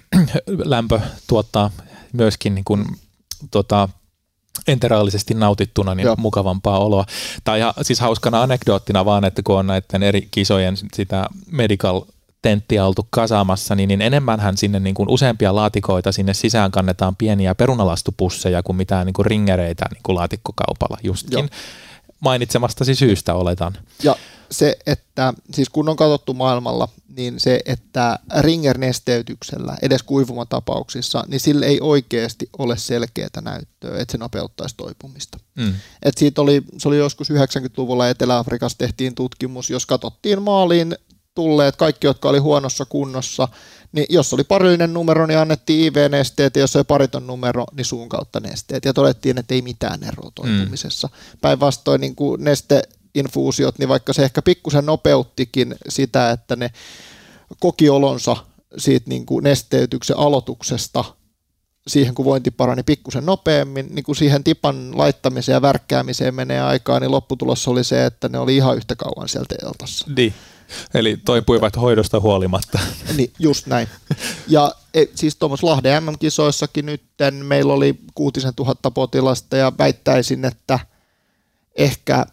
lämpö tuottaa myöskin niin kuin, tota, enteraalisesti nautittuna niin Joo. mukavampaa oloa. Tai ihan, siis hauskana anekdoottina vaan, että kun on näiden eri kisojen sitä medical tenttiä oltu kasaamassa, niin, niin enemmänhän sinne niin kuin useampia laatikoita sinne sisään kannetaan pieniä perunalastupusseja kuin mitään niin kuin ringereitä niin kuin laatikkokaupalla justkin. Joo. Mainitsemastasi syystä oletan. Ja se, että siis kun on katsottu maailmalla, niin se, että ringer-nesteytyksellä edes kuivumatapauksissa, niin sillä ei oikeasti ole selkeää näyttöä, että se nopeuttaisi toipumista. Mm. Et siitä oli, se oli joskus yhdeksänkymmentäluvulla Etelä-Afrikassa tehtiin tutkimus, jos katsottiin maaliin tulleet kaikki, jotka oli huonossa kunnossa, niin jos oli parillinen numero, niin annettiin I V-nesteet, ja jos oli pariton numero, niin suun kautta nesteet. Ja todettiin, että ei mitään eroa toipumisessa. Mm. Päinvastoin niin kuin nesteinfuusiot, niin vaikka se ehkä pikkusen nopeuttikin sitä, että ne koki olonsa siitä niin kuin nesteytyksen aloituksesta siihen, kun vointi parani pikkusen nopeammin, niin kun siihen tipan laittamiseen ja värkkäämiseen menee aikaa, niin lopputulos oli se, että ne oli ihan yhtä kauan sieltä eltassa. Niin. Eli toipuivat hoidosta huolimatta. Niin, just näin. Ja e, siis tuommoissa Lahden M M-kisoissakin nyt meillä oli kuutisen tuhatta potilasta ja väittäisin, että ehkä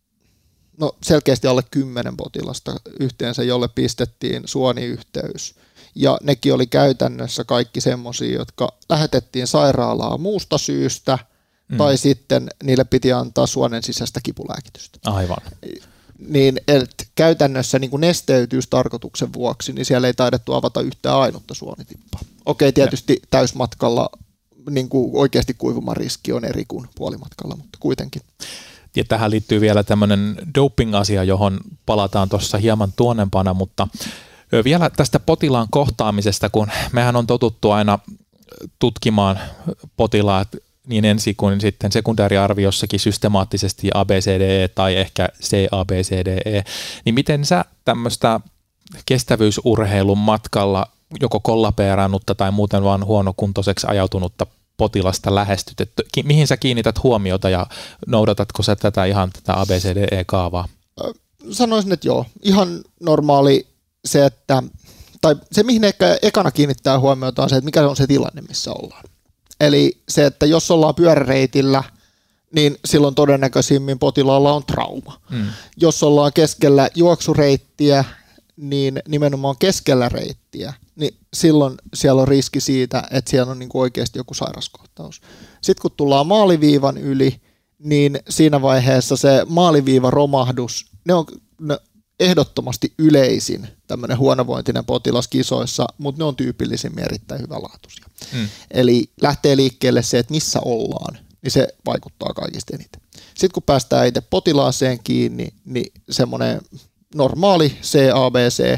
no selkeästi alle kymmenen potilasta yhteensä, jolle pistettiin suoniyhteys. Ja nekin oli käytännössä kaikki semmoisia, jotka lähetettiin sairaalaan muusta syystä, mm. tai sitten niille piti antaa suonen sisäistä kipulääkitystä. Aivan. Niin että käytännössä niin kuin nesteytyystarkoituksen vuoksi, niin siellä ei taidettu avata yhtään ainutta suonitippaa. Okei, tietysti ja. täysmatkalla niin kuin oikeasti kuivumariski on eri kuin puolimatkalla, mutta kuitenkin. Ja tähän liittyy vielä tämmöinen doping-asia, johon palataan tuossa hieman tuonnempana, mutta vielä tästä potilaan kohtaamisesta, kun mehän on totuttu aina tutkimaan potilaat niin ensi kuin sitten sekundääriarviossakin systemaattisesti A B C D E tai ehkä C A B C D E, niin miten sä tämmöistä kestävyysurheilun matkalla joko kollapeerannutta tai muuten vaan huonokuntoiseksi ajautunutta potilasta lähestyt, että mihin sä kiinnität huomiota ja noudatatko sä tätä ihan tätä A B C D E-kaavaa? Sanoisin, että joo, ihan normaali se, että, tai se mihin ehkä ekana kiinnittää huomiota on se, että mikä on se tilanne, missä ollaan. Eli se, että jos ollaan pyöräreitillä, niin silloin todennäköisimmin potilaalla on trauma. Mm. Jos ollaan keskellä juoksureittiä, niin nimenomaan keskellä reittiä, niin silloin siellä on riski siitä, että siellä on niin kuin oikeasti joku sairaskohtaus. Sitten kun tullaan maaliviivan yli, niin siinä vaiheessa se maaliviivan romahdus, ne on ne ehdottomasti yleisin tämmöinen huonovointinen potilas kisoissa, mutta ne on tyypillisimmin erittäin hyvälaatuisia. Mm. Eli lähtee liikkeelle se, että missä ollaan, niin se vaikuttaa kaikista eniten. Sitten kun päästään itse potilaaseen kiinni, niin semmoinen normaali C A B C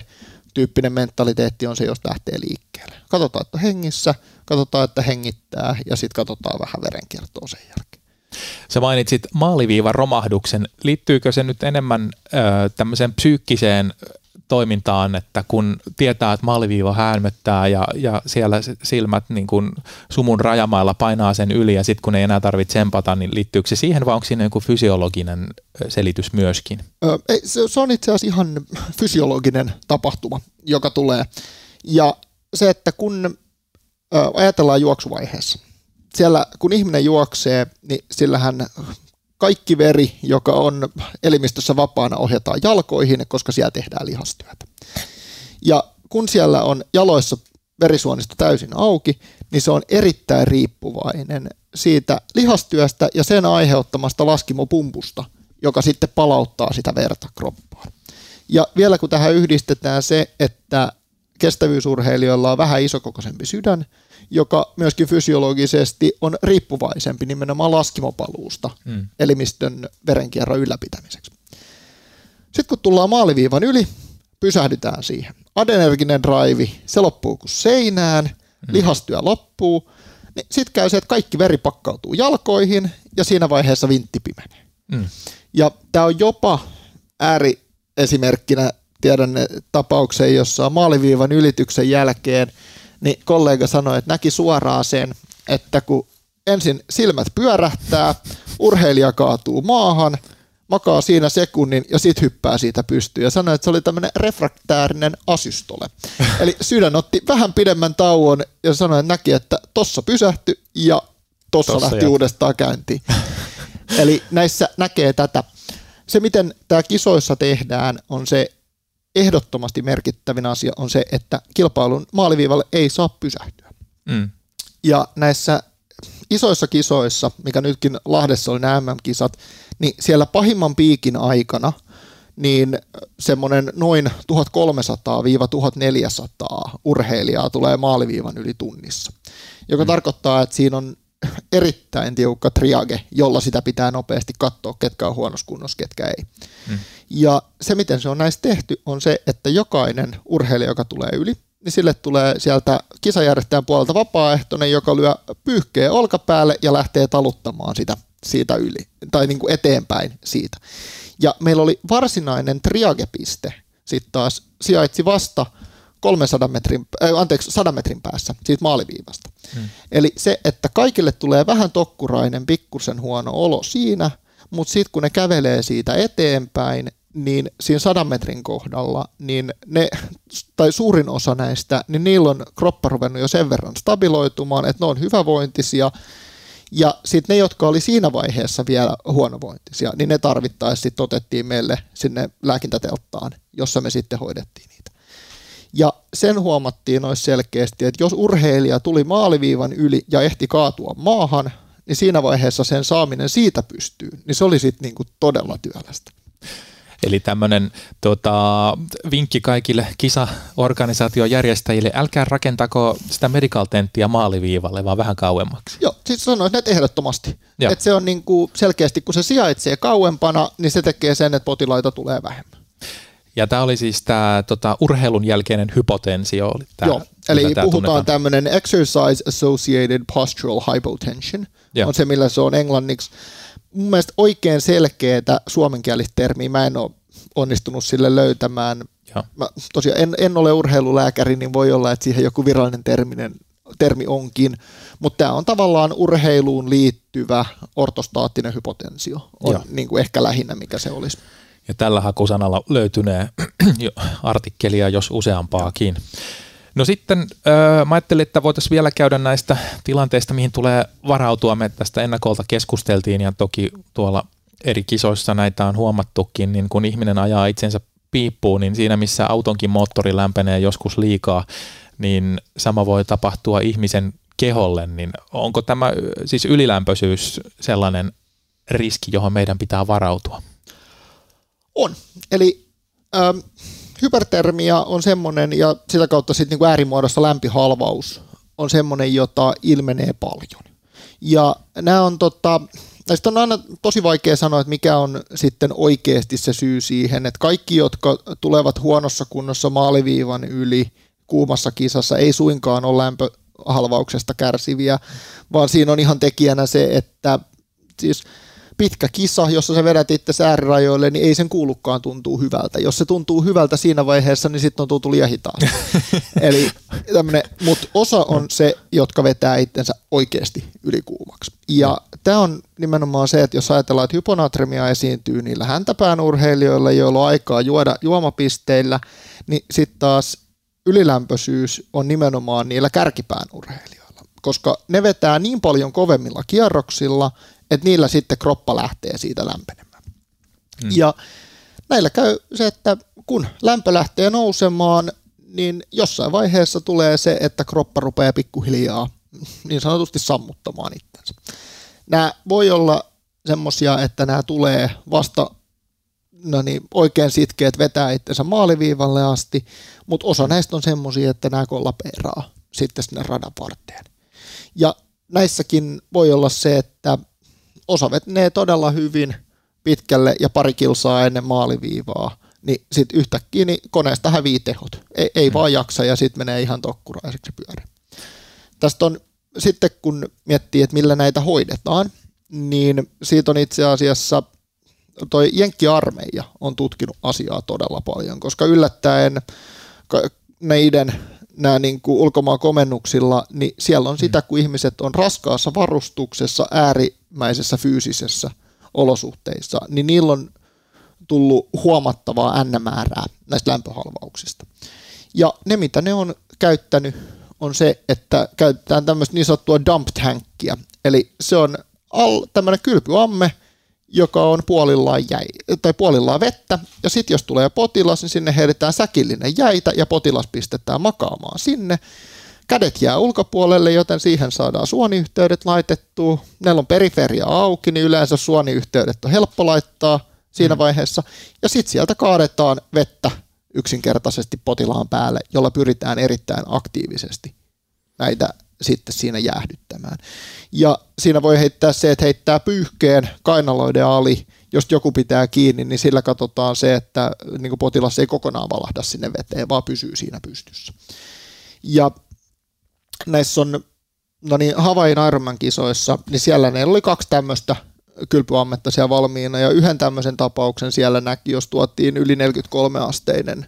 tyyppinen mentaliteetti on se, jos lähtee liikkeelle. Katsotaan, että hengissä, katsotaan, että hengittää ja sitten katsotaan vähän verenkiertoa sen jälkeen. Sä mainitsit maaliviivan romahduksen. Liittyykö se nyt enemmän ö, tämmöiseen psyykkiseen toimintaan, että kun tietää, että maaliviiva häämöttää ja, ja siellä silmät niin kuin sumun rajamailla painaa sen yli ja sitten kun ei enää tarvitse tsempata, niin liittyykö se siihen vai onko siinä joku fysiologinen selitys myöskin? Ö, ei, se, se on itse asiassa ihan fysiologinen tapahtuma, joka tulee. Ja se, että kun ö, ajatellaan juoksuvaiheessa, siellä kun ihminen juoksee, niin sillähän kaikki veri, joka on elimistössä vapaana, ohjataan jalkoihin, koska siellä tehdään lihastyötä. Ja kun siellä on jaloissa verisuonisto täysin auki, niin se on erittäin riippuvainen siitä lihastyöstä ja sen aiheuttamasta laskimopumpusta, joka sitten palauttaa sitä verta kroppaan. Ja vielä kun tähän yhdistetään se, että kestävyysurheilijoilla on vähän isokokoisempi sydän, joka myöskin fysiologisesti on riippuvaisempi nimenomaan laskimopaluusta mm. elimistön verenkierron ylläpitämiseksi. Sitten kun tullaan maaliviivan yli, pysähdytään siihen. Adrenerginen drive, se loppuu kuin seinään, mm. lihastyö loppuu, niin sitten käy se, että kaikki veri pakkautuu jalkoihin ja siinä vaiheessa vintti pimenee. Mm. Ja tämä on jopa ääriesimerkkinä, tiedän tapauksen, jossa maaliviivan ylityksen jälkeen niin kollega sanoi, että näki suoraan sen, että kun ensin silmät pyörähtää, urheilija kaatuu maahan, makaa siinä sekunnin ja sitten hyppää siitä pystyyn. Ja sanoi, että se oli tämmöinen refraktäärinen asystole. Eli sydän otti vähän pidemmän tauon ja sanoi, että näki, että tossa pysähtyi ja tossa, tossa lähti jat. uudestaan käyntiin. Eli näissä näkee tätä. Se, miten tämä kisoissa tehdään, on se, ehdottomasti merkittävin asia on se, että kilpailun maaliviivalle ei saa pysähtyä. Mm. Ja näissä isoissa kisoissa, mikä nytkin Lahdessa oli nämä M M-kisat, niin siellä pahimman piikin aikana niin semmoinen noin tuhatkolmesataa tuhatneljäsataa urheilijaa tulee maaliviivan yli tunnissa, joka mm. tarkoittaa, että siinä on erittäin tiukka triage, jolla sitä pitää nopeasti katsoa, ketkä on huonossa kunnossa, ketkä ei. Mm. Ja se, miten se on näistä tehty, on se, että jokainen urheilija, joka tulee yli, niin sille tulee sieltä kisajärjestäjän puolelta vapaaehtoinen, joka lyö pyyhkeä olkapäälle ja lähtee taluttamaan sitä siitä yli, tai niin kuin eteenpäin siitä. Ja meillä oli varsinainen triagepiste, sitten taas sijaitsi vasta kolmensadan metrin, äh, anteeksi, sadan metrin päässä siitä maaliviivasta. Hmm. Eli se, että kaikille tulee vähän tokkurainen, pikkusen huono olo siinä, mutta sitten kun ne kävelee siitä eteenpäin, niin siinä sadan metrin kohdalla, niin ne, tai suurin osa näistä, niin niillä on kroppa ruvennut jo sen verran stabiloitumaan, että ne on hyvävointisia, ja sitten ne, jotka oli siinä vaiheessa vielä huonovointisia, niin ne tarvittaessa sitten otettiin meille sinne lääkintätelttaan, jossa me sitten hoidettiin niitä. Ja sen huomattiin noissa selkeästi, että jos urheilija tuli maaliviivan yli ja ehti kaatua maahan, niin siinä vaiheessa sen saaminen siitä pystyyn, niin se oli sitten niinku todella työlästä. Eli tämmöinen tota, vinkki kaikille kisaorganisaation järjestäjille, älkää rakentako sitä medical tenttiä maaliviivalle, vaan vähän kauemmaksi. Joo, siis sanoin, että ehdottomasti. Että se on niinku selkeästi, kun se sijaitsee kauempana, niin se tekee sen, että potilaita tulee vähemmän. Ja tämä oli siis tämä tota, urheilun jälkeinen hypotensio. Tää, Joo, eli puhutaan tämmöinen exercise associated postural hypotension, Joo. on se millä se on englanniksi. Mun mielestä oikein selkeätä suomenkielistä termiä, mä en ole onnistunut sille löytämään. Mä, tosiaan en, en ole urheilulääkäri, niin voi olla, että siihen joku virallinen terminen, termi onkin, mutta tämä on tavallaan urheiluun liittyvä ortostaattinen hypotensio, on niin kuin ehkä lähinnä mikä se olisi. Ja tällä hakusanalla löytynee artikkelia, jos useampaakin. No sitten äh, mä ajattelin, että voitaisiin vielä käydä näistä tilanteista, mihin tulee varautua. Me tästä ennakolta keskusteltiin ja toki tuolla eri kisoissa näitä on huomattukin, niin kun ihminen ajaa itsensä piippuun, niin siinä missä autonkin moottori lämpenee joskus liikaa, niin sama voi tapahtua ihmisen keholle. Niin onko tämä siis ylilämpöisyys sellainen riski, johon meidän pitää varautua? On. Eli ähm, hypertermia on semmoinen, ja sitä kautta sitten niin äärimuodossa lämpihalvaus on semmoinen, jota ilmenee paljon. Ja nämä on tota, tästä on aina tosi vaikea sanoa, että mikä on sitten oikeasti se syy siihen, että kaikki, jotka tulevat huonossa kunnossa maaliviivan yli kuumassa kisassa, ei suinkaan ole lämpöhalvauksesta kärsiviä, vaan siinä on ihan tekijänä se, että siis pitkä kisa, jossa sä vedät itse äärirajoille, niin ei sen kuulukaan tuntuu hyvältä. Jos se tuntuu hyvältä siinä vaiheessa, niin sitten on tultu liian hitaasti. Eli tämmönen, mutta osa on se, jotka vetää itsensä oikeasti ylikuumaksi. Ja tämä on nimenomaan se, että jos ajatellaan, että hyponatremia esiintyy niillä häntäpään urheilijoilla, joilla on aikaa juoda juomapisteillä, niin sitten taas ylilämpöisyys on nimenomaan niillä kärkipään urheilijoilla, koska ne vetää niin paljon kovemmilla kierroksilla, että niillä sitten kroppa lähtee siitä lämpenemään. Mm. Ja näillä käy se, että kun lämpö lähtee nousemaan, niin jossain vaiheessa tulee se, että kroppa rupeaa pikkuhiljaa niin sanotusti sammuttamaan itsensä. Nämä voi olla semmoisia, että nämä tulee vasta no niin, oikein sitkeät vetää itsensä maaliviivalle asti, mutta osa näistä on semmoisia, että nämä kollapeeraa sitten sinne radan varteen. Ja näissäkin voi olla se, että osa menee todella hyvin pitkälle ja pari kilsaa ennen maaliviivaa, niin sitten yhtäkkiä niin koneesta hävii tehot. Ei, ei hmm. vaan jaksa ja sitten menee ihan tokkuraiseksi pyöri. Tästä on sitten kun miettii, että millä näitä hoidetaan, niin siitä on itse asiassa toi Jenkki-armeija on tutkinut asiaa todella paljon, koska yllättäen neiden nämä niin kuin ulkomaan komennuksilla, niin siellä on sitä, kun ihmiset on raskaassa varustuksessa, äärimmäisessä fyysisessä olosuhteissa, niin niillä on tullut huomattavaa N-määrää näistä lämpöhalvauksista. Ja ne, mitä ne on käyttänyt, on se, että käytetään tämmöistä niin sanottua dump tankkia, eli se on al- tämmöinen kylpyamme, joka on puolillaan, jäi, tai puolillaan vettä, ja sitten jos tulee potilas, niin sinne heitetään säkillinen jäitä, ja potilas pistetään makaamaan sinne. Kädet jää ulkopuolelle, joten siihen saadaan suoniyhteydet laitettua. Meillä on periferia auki, niin yleensä suoniyhteydet on helppo laittaa siinä vaiheessa, ja sitten sieltä kaadetaan vettä yksinkertaisesti potilaan päälle, jolla pyritään erittäin aktiivisesti näitä sitten siinä jäähdyttämään. Ja siinä voi heittää se, että heittää pyyhkeen kainaloiden ali, jos joku pitää kiinni, niin sillä katsotaan se, että niin potilas ei kokonaan valahda sinne veteen, vaan pysyy siinä pystyssä. Ja näissä on, no niin, Havain Ironman-kisoissa, niin siellä ne oli kaksi tämmöistä kylpyammetta siellä valmiina, ja yhden tämmöisen tapauksen siellä näki, jos tuotiin yli neljäkymmentäkolme asteinen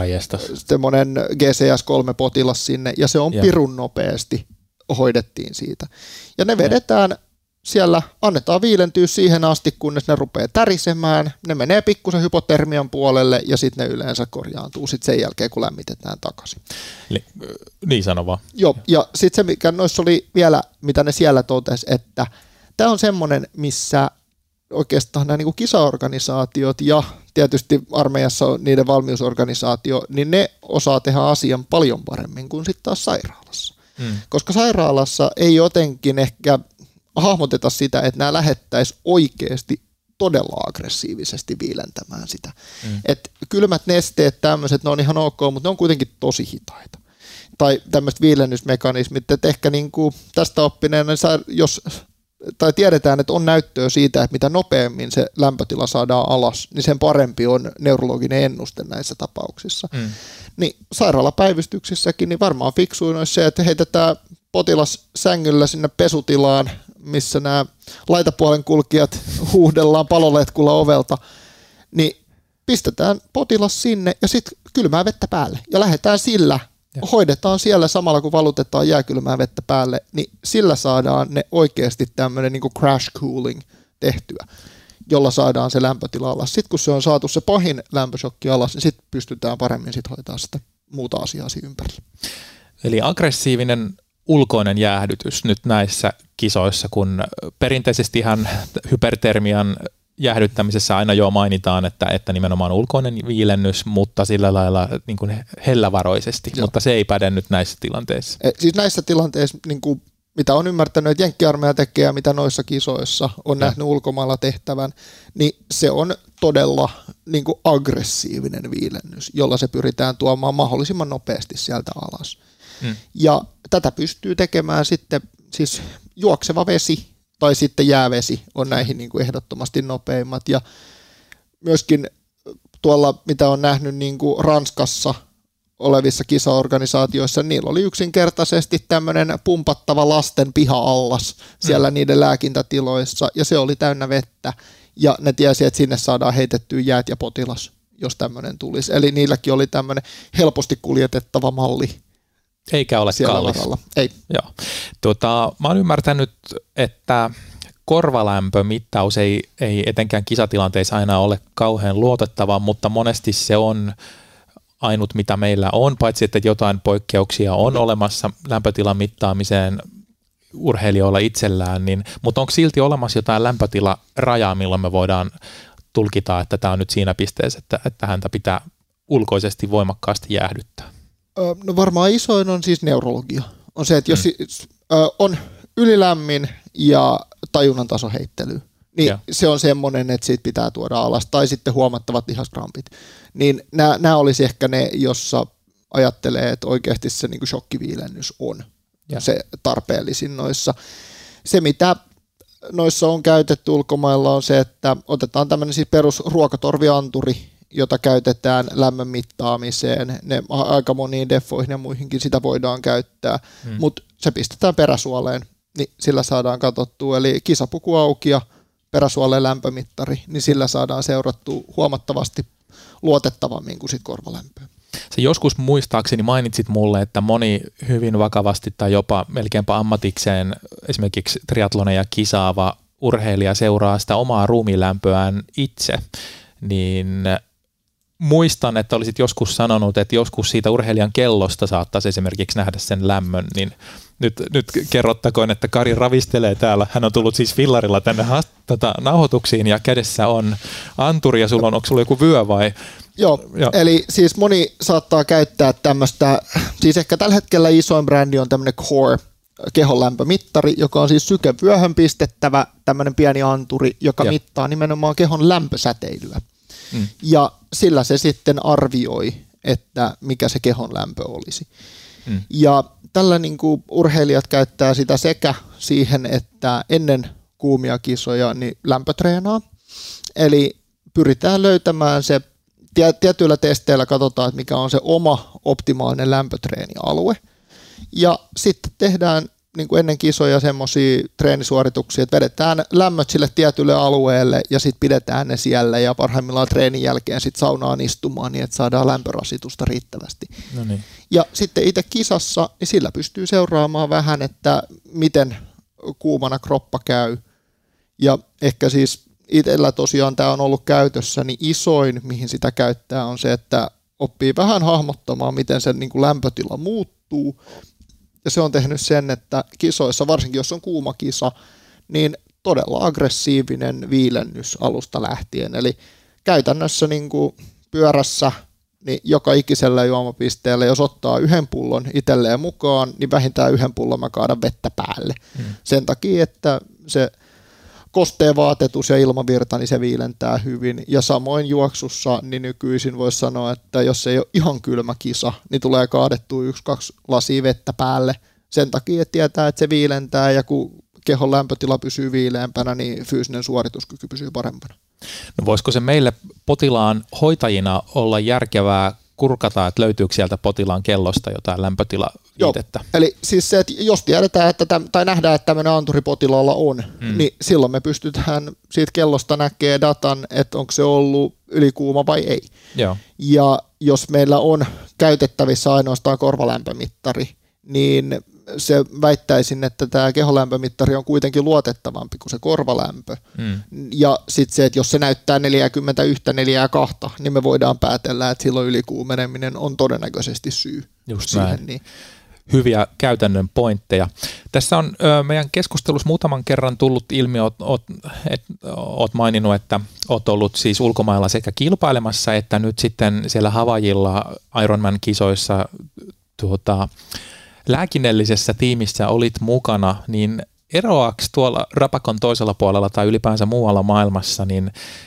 semmoinen G C S kolme potilas sinne, ja se on ja. pirun nopeasti hoidettiin siitä. Ja ne vedetään ja. siellä, annetaan viilentyä siihen asti, kunnes ne rupeaa tärisemään, ne menee pikkusen hypotermian puolelle, ja sitten ne yleensä korjaantuu sit sen jälkeen, kun lämmitetään takaisin. Eli, niin sano vaan. Joo, ja sitten se, mikä noissa oli vielä, mitä ne siellä totesi, että tämä on semmoinen, missä oikeastaan nämä niin kuin kisaorganisaatiot ja tietysti armeijassa on niiden valmiusorganisaatio, niin ne osaa tehdä asian paljon paremmin kuin sitten taas sairaalassa. Hmm. Koska sairaalassa ei jotenkin ehkä hahmoteta sitä, että nämä lähettäisiin oikeasti todella aggressiivisesti viilentämään sitä. Hmm. Et kylmät nesteet, tämmöiset, ne on ihan ok, mutta ne on kuitenkin tosi hitaita. Tai tämmöiset viilennysmekanismit, että ehkä niin kuin tästä oppineena, jos tai tiedetään, että on näyttöä siitä, että mitä nopeammin se lämpötila saadaan alas, niin sen parempi on neurologinen ennuste näissä tapauksissa. Mm. Niin sairaalapäivystyksissäkin niin varmaan fiksuin olisi se, että heitetään potilas sängyllä sinne pesutilaan, missä nämä laitapuolen kulkijat huuhdellaan paloletkulla ovelta, niin pistetään potilas sinne ja sitten kylmää vettä päälle ja lähdetään sillä. Ja. Hoidetaan siellä samalla, kun valutetaan jääkylmää vettä päälle, niin sillä saadaan ne oikeasti tämmöinen niin kuin crash cooling tehtyä, jolla saadaan se lämpötila alas. Sitten kun se on saatu se pahin lämpöshokki alas, niin sitten pystytään paremmin sit hoitaa sitä muuta asiaa siinä ympärillä. Eli aggressiivinen ulkoinen jäähdytys nyt näissä kisoissa, kun perinteisesti ihan hypertermian jäähdyttämisessä aina jo mainitaan, että, että nimenomaan ulkoinen viilennys, mutta sillä lailla niin kuin hellävaroisesti, Joo. mutta se ei päde nyt näissä tilanteissa. E, siis näissä tilanteissa, niin kuin, mitä on ymmärtänyt, että Jenkki-armeija tekee ja mitä noissa kisoissa on ja. nähnyt ulkomailla tehtävän, niin se on todella niin kuin aggressiivinen viilennys, jolla se pyritään tuomaan mahdollisimman nopeasti sieltä alas. Hmm. Ja tätä pystyy tekemään sitten siis juokseva vesi, tai sitten jäävesi on näihin niin kuin ehdottomasti nopeimmat. Ja myöskin tuolla, mitä on nähnyt niin kuin Ranskassa olevissa kisaorganisaatioissa, niillä oli yksinkertaisesti tämmöinen pumpattava lasten piha-allas siellä mm. niiden lääkintätiloissa, ja se oli täynnä vettä, ja ne tiesi, että sinne saadaan heitettyä jäät ja potilas, jos tämmöinen tulisi. Eli niilläkin oli tämmöinen helposti kuljetettava malli. Eikä ole kallis. Varalla. Ei. Joo. Tuota, mä oon ymmärtänyt, että korvalämpömittaus ei, ei etenkään kisatilanteissa aina ole kauhean luotettava, mutta monesti se on ainut, mitä meillä on, paitsi että jotain poikkeuksia on olemassa lämpötilan mittaamiseen urheilijoilla itsellään, niin, mutta onko silti olemassa jotain lämpötilarajaa, milloin me voidaan tulkita, että tämä on nyt siinä pisteessä, että, että häntä pitää ulkoisesti voimakkaasti jäähdyttää? No varmaan isoin on siis neurologia. On se, että jos hmm. on ylilämmin ja tajunnan taso heittely, niin ja. se on semmoinen, että siitä pitää tuoda alas, tai sitten huomattavat lihaskrampit. Niin nämä, nämä olisi ehkä ne, jossa ajattelee, että oikeasti se niin kuin shokkiviilennys on ja. se tarpeellisin noissa. Se, mitä noissa on käytetty ulkomailla, on se, että otetaan tämmöinen siis perusruokatorvianturi, jota käytetään lämmön mittaamiseen. Ne aika moniin defoihin ja muihinkin sitä voidaan käyttää, hmm. mutta se pistetään peräsuoleen, niin sillä saadaan katsottua. Eli kisapuku auki ja peräsuoleen lämpömittari, niin sillä saadaan seurattua huomattavasti luotettavammin kuin sit korvalämpöä. Se joskus muistaakseni mainitsit mulle, että moni hyvin vakavasti tai jopa melkeinpä ammatikseen esimerkiksi triatloneja kisaava urheilija seuraa sitä omaa ruumiinlämpöään itse, niin muistan, että olisit joskus sanonut, että joskus siitä urheilijan kellosta saattaisi esimerkiksi nähdä sen lämmön, niin nyt, nyt kerrottakoon, että Kari ravistelee täällä. Hän on tullut siis fillarilla tänne tota, nauhoituksiin ja kädessä on anturi ja sulla on, onko sulla joku vyö vai? Joo, Joo, eli siis moni saattaa käyttää tämmöistä, siis ehkä tällä hetkellä isoin brändi on tämmöinen Core kehon lämpömittari, joka on siis sykevyöhön pistettävä tämmöinen pieni anturi, joka ja. mittaa nimenomaan kehon lämpösäteilyä. Mm. Ja sillä se sitten arvioi, että mikä se kehon lämpö olisi. Mm. Ja tällä niin kuin urheilijat käyttää sitä sekä siihen, että ennen kuumia kisoja niin lämpötreenaa. Eli pyritään löytämään se, tietyillä testeillä katsotaan, että mikä on se oma optimaalinen lämpötreenialue. Ja sitten tehdään niin kuin ennen kisoja semmoisia treenisuorituksia, että vedetään lämmöt sille tietylle alueelle ja sitten pidetään ne siellä ja parhaimmillaan treenin jälkeen sitten saunaan istumaan niin, että saadaan lämpörasitusta riittävästi. No niin. Ja sitten itse kisassa, niin sillä pystyy seuraamaan vähän, että miten kuumana kroppa käy. Ja ehkä siis itsellä tosiaan tämä on ollut käytössä, niin isoin, mihin sitä käyttää, on se, että oppii vähän hahmottamaan, miten sen niin kuin lämpötila muuttuu. Ja se on tehnyt sen, että kisoissa, varsinkin jos on kuuma kisa, niin todella aggressiivinen viilennys alusta lähtien. Eli käytännössä niin kuin pyörässä niin joka ikisellä juomapisteellä, jos ottaa yhden pullon itselleen mukaan, niin vähintään yhden pullon mä kaadan vettä päälle. Hmm. Sen takia, että se kosteen vaatetus ja ilmavirta, niin se viilentää hyvin. Ja samoin juoksussa, niin nykyisin voisi sanoa, että jos ei ole ihan kylmä kisa, niin tulee kaadettua yksi, kaksi lasia vettä päälle. Sen takia, että tietää, että se viilentää ja kun kehon lämpötila pysyy viileämpänä, niin fyysinen suorituskyky pysyy parempana. No voisiko se meille potilaan hoitajina olla järkevää kurkata, että löytyykö sieltä potilaan kellosta jotain lämpötilaviitettä? Joo, eli siis se, että jos tiedetään, että täm, tai nähdään, että tämmöinen anturi potilaalla on, mm. niin silloin me pystytään siitä kellosta näkemään datan, että onko se ollut ylikuuma vai ei. Joo. Ja jos meillä on käytettävissä ainoastaan korvalämpömittari, niin se väittäisin, että tämä keholämpömittari on kuitenkin luotettavampi kuin se korvalämpö. Mm. Ja sitten se, että jos se näyttää neljäkymmentäyksi, neljäkymmentäkaksi, niin me voidaan päätellä, että silloin ylikuumeneminen on todennäköisesti syy. Just siihen. Niin. Hyviä käytännön pointteja. Tässä on ö, meidän keskustelussa muutaman kerran tullut ilmi, oot, oot, et, oot maininnut, että oot ollut siis ulkomailla sekä kilpailemassa, että nyt sitten siellä Havaijilla Ironman-kisoissa tuota, lääkinnällisessä tiimissä olit mukana, niin eroaks tuolla rapakon toisella puolella tai ylipäänsä muualla maailmassa, niin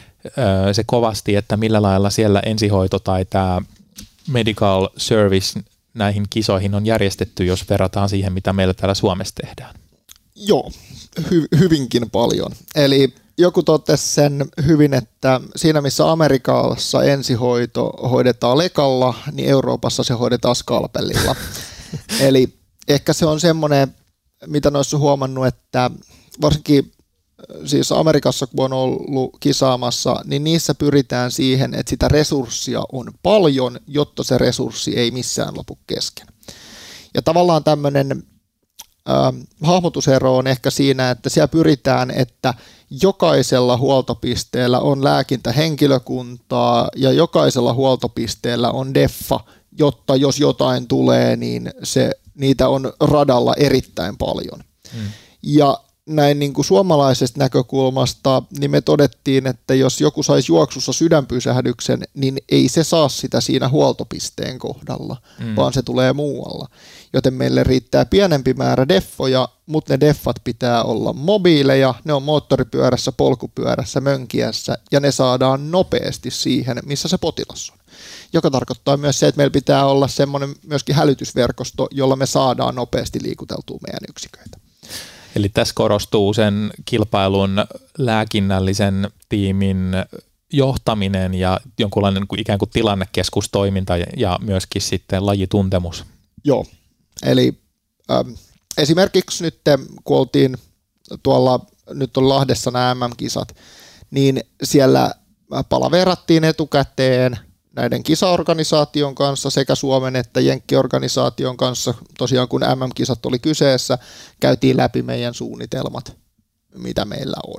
ö, se kovasti, että millä lailla siellä ensihoito tai tämä medical service näihin kisoihin on järjestetty, jos verrataan siihen, mitä meillä täällä Suomessa tehdään? Joo, hy- hyvinkin paljon. Eli joku totesi sen hyvin, että siinä missä Amerikassa ensihoito hoidetaan lekalla, niin Euroopassa se hoidetaan skalpellilla. Eli ehkä se on semmoinen, mitä noissa on huomannut, että varsinkin siis Amerikassa kun on ollut kisaamassa, niin niissä pyritään siihen, että sitä resurssia on paljon, jotta se resurssi ei missään lopu kesken. Ja tavallaan tämmöinen äh, hahmotusero on ehkä siinä, että siellä pyritään, että jokaisella huoltopisteellä on lääkintähenkilökuntaa ja jokaisella huoltopisteellä on deffa, jotta jos jotain tulee, niin se, niitä on radalla erittäin paljon. Hmm. Ja näin niin kuin suomalaisesta näkökulmasta, niin me todettiin, että jos joku saisi juoksussa sydänpysähdyksen, niin ei se saa sitä siinä huoltopisteen kohdalla, mm. vaan se tulee muualla. Joten meille riittää pienempi määrä deffoja, mutta ne deffat pitää olla mobiileja, ne on moottoripyörässä, polkupyörässä, mönkiässä, ja ne saadaan nopeasti siihen, missä se potilas on. Joka tarkoittaa myös se, että meillä pitää olla semmoinen myöskin hälytysverkosto, jolla me saadaan nopeasti liikuteltua meidän yksiköitä. Eli tässä korostuu sen kilpailun lääkinnällisen tiimin johtaminen ja jonkunlainen ikään kuin tilannekeskustoiminta ja myöskin sitten lajituntemus. Joo, eli ähm, esimerkiksi nyt kun oltiin tuolla, nyt on Lahdessa nämä M M-kisat, niin siellä palaverattiin etukäteen näiden kisaorganisaation kanssa sekä Suomen että Jenkki-organisaation kanssa, tosiaan kun M M-kisat oli kyseessä, käytiin läpi meidän suunnitelmat, mitä meillä on.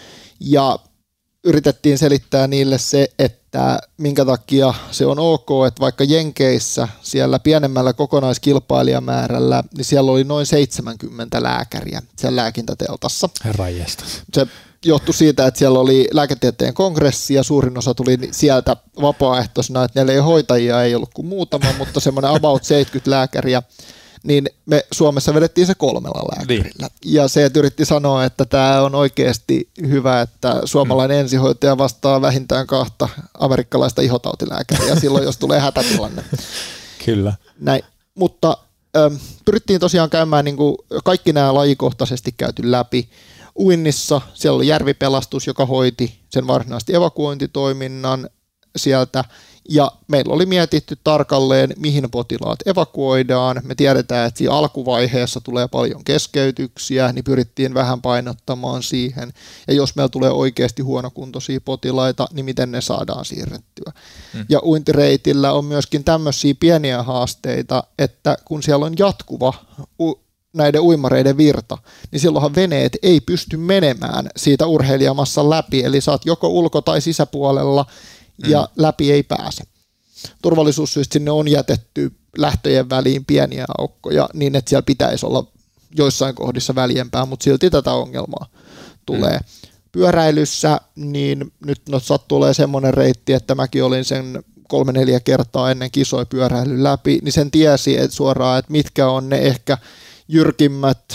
Ja yritettiin selittää niille se, että minkä takia se on ok, että vaikka Jenkeissä siellä pienemmällä kokonaiskilpailijamäärällä, niin siellä oli noin seitsemänkymmentä lääkäriä siellä lääkintäteltassa. Herranjestas. Se johtui siitä, että siellä oli lääketieteen kongressi ja suurin osa tuli sieltä vapaaehtoisena, että neljä hoitajia ei ollut kuin muutama, mutta semmoinen about seitsemänkymmentä lääkäriä, niin me Suomessa vedettiin se kolmella lääkärillä. Niin. Ja se, että yritti sanoa, että tämä on oikeasti hyvä, että suomalainen hmm. ensihoitaja vastaa vähintään kahta amerikkalaista ihotautilääkäriä silloin, jos tulee hätätilanne. Kyllä. Näin. Mutta ähm, pyrittiin tosiaan käymään niin kuin kaikki nämä lajikohtaisesti käyty läpi. Uinnissa siellä oli järvipelastus, joka hoiti sen varsinaisesti evakuointitoiminnan sieltä, ja meillä oli mietitty tarkalleen, mihin potilaat evakuoidaan. Me tiedetään, että siinä alkuvaiheessa tulee paljon keskeytyksiä, niin pyrittiin vähän painottamaan siihen, ja jos meillä tulee oikeasti huonokuntoisia potilaita, niin miten ne saadaan siirrettyä. Hmm. Ja uintireitillä on myöskin tämmöisiä pieniä haasteita, että kun siellä on jatkuva näiden uimareiden virta, niin silloinhan veneet ei pysty menemään siitä urheilijamassan läpi, eli sä oot joko ulko- tai sisäpuolella, ja mm. läpi ei pääse. Turvallisuussyistä sinne on jätetty lähtöjen väliin pieniä aukkoja, niin että siellä pitäisi olla joissain kohdissa väljempää, mutta silti tätä ongelmaa tulee. Mm. Pyöräilyssä, niin nyt no, sattuu olemaan semmoinen reitti, että mäkin olin sen kolme neljä kertaa ennen kisoja pyöräilyn läpi, niin sen tiesi että suoraan, että mitkä on ne ehkä jyrkimmät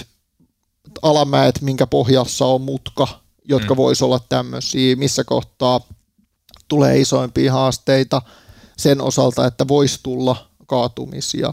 alamäet, minkä pohjassa on mutka, jotka mm. voisi olla tämmöisiä, missä kohtaa tulee isoimpia haasteita sen osalta, että voisi tulla kaatumisia.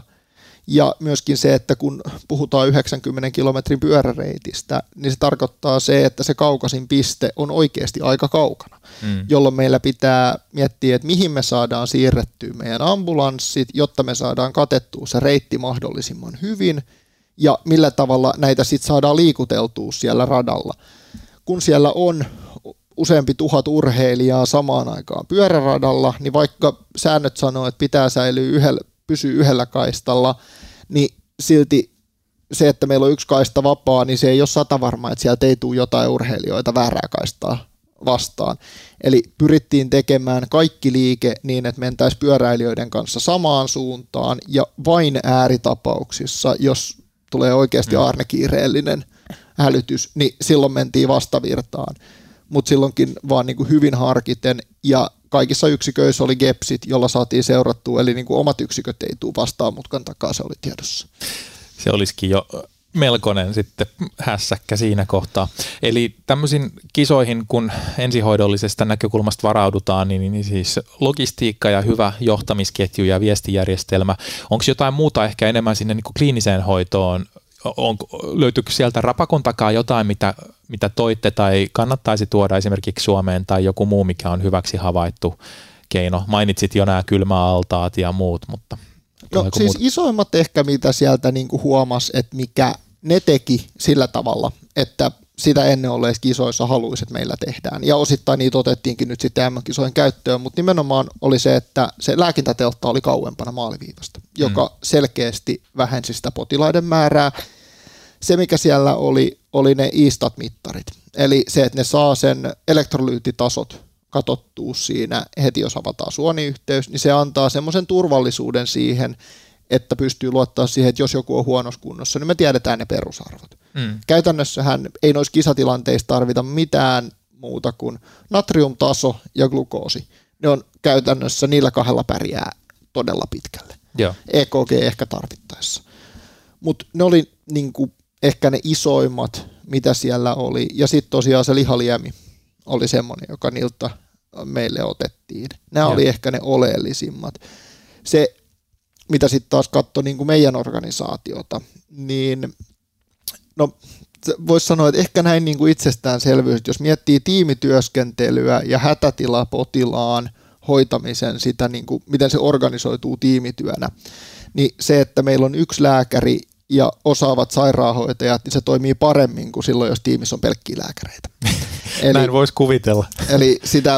Ja myöskin se, että kun puhutaan yhdeksänkymmenen kilometrin pyöräreitistä, niin se tarkoittaa se, että se kaukaisin piste on oikeasti aika kaukana, mm. jolloin meillä pitää miettiä, että mihin me saadaan siirrettyä meidän ambulanssit, jotta me saadaan katettua se reitti mahdollisimman hyvin, ja millä tavalla näitä sitten saadaan liikuteltua siellä radalla. Kun siellä on useampi tuhat urheilijaa samaan aikaan pyöräradalla, niin vaikka säännöt sanoo, että pitää säilyä yhdellä, pysyä yhdellä kaistalla, niin silti se, että meillä on yksi kaista vapaa, niin se ei ole satavarma, että sieltä ei tule jotain urheilijoita väärää kaistaa vastaan. Eli pyrittiin tekemään kaikki liike niin, että mentäisiin pyöräilijöiden kanssa samaan suuntaan, ja vain ääritapauksissa, jos tulee oikeasti aarnekiireellinen hälytys, niin silloin mentiin vastavirtaan. Mutta silloinkin vaan niin kuin hyvin harkiten, ja kaikissa yksiköissä oli gepsit, jolla saatiin seurattua, eli niin kuin omat yksiköt ei tule vastaan mutkan takaa, se oli tiedossa. Se olisikin jo melkoinen sitten hässäkkä siinä kohtaa. Eli tämmöisiin kisoihin, kun ensihoidollisesta näkökulmasta varaudutaan, niin, niin siis logistiikka ja hyvä johtamisketju ja viestijärjestelmä. Onko jotain muuta ehkä enemmän sinne niin kuin kliiniseen hoitoon on, löytyykö sieltä Rapakon takaa jotain, mitä, mitä toitte tai kannattaisi tuoda esimerkiksi Suomeen tai joku muu, mikä on hyväksi havaittu keino? Mainitsit jo nämä kylmäaltaat ja muut, mutta... No siis muuta? Isoimmat ehkä, mitä sieltä niinku huomasi, että mikä ne teki sillä tavalla, että sitä ennen olleissa kisoissa haluaisi, että meillä tehdään. Ja osittain niitä otettiinkin nyt sitten M M-kisojen käyttöön, mutta nimenomaan oli se, että se lääkintäteltta oli kauempana maaliviivasta, joka mm. selkeästi vähensi sitä potilaiden määrää. Se, mikä siellä oli, oli ne I STAT-mittarit. Eli se, että ne saa sen elektrolyyttitasot katsottua siinä heti, jos avataan suoniyhteys, niin se antaa semmoisen turvallisuuden siihen, että pystyy luottaa siihen, että jos joku on huonossa kunnossa, niin me tiedetään ne perusarvot. Mm. Käytännössähän ei noissa kisatilanteissa tarvita mitään muuta kuin natriumtaso ja glukoosi. Ne on käytännössä, niillä kahdella pärjää todella pitkälle. Joo. E K G ehkä tarvittaessa. Mutta ne oli niinku ehkä ne isoimmat, mitä siellä oli. Ja sitten tosiaan se lihaliemi oli semmoinen, joka niiltä meille otettiin. Nämä Joo. oli ehkä ne oleellisimmat. Se, mitä sitten taas katsoi niin kuin meidän organisaatiota, niin no, voisi sanoa, että ehkä näin niin kuin itsestäänselvyys, että jos miettii tiimityöskentelyä ja hätätilaa potilaan hoitamisen, sitä niin kuin, miten se organisoituu tiimityönä, niin se, että meillä on yksi lääkäri ja osaavat sairaanhoitajat, niin se toimii paremmin kuin silloin, jos tiimissä on pelkkiä lääkäreitä. Eli, näin voisi kuvitella. Eli sitä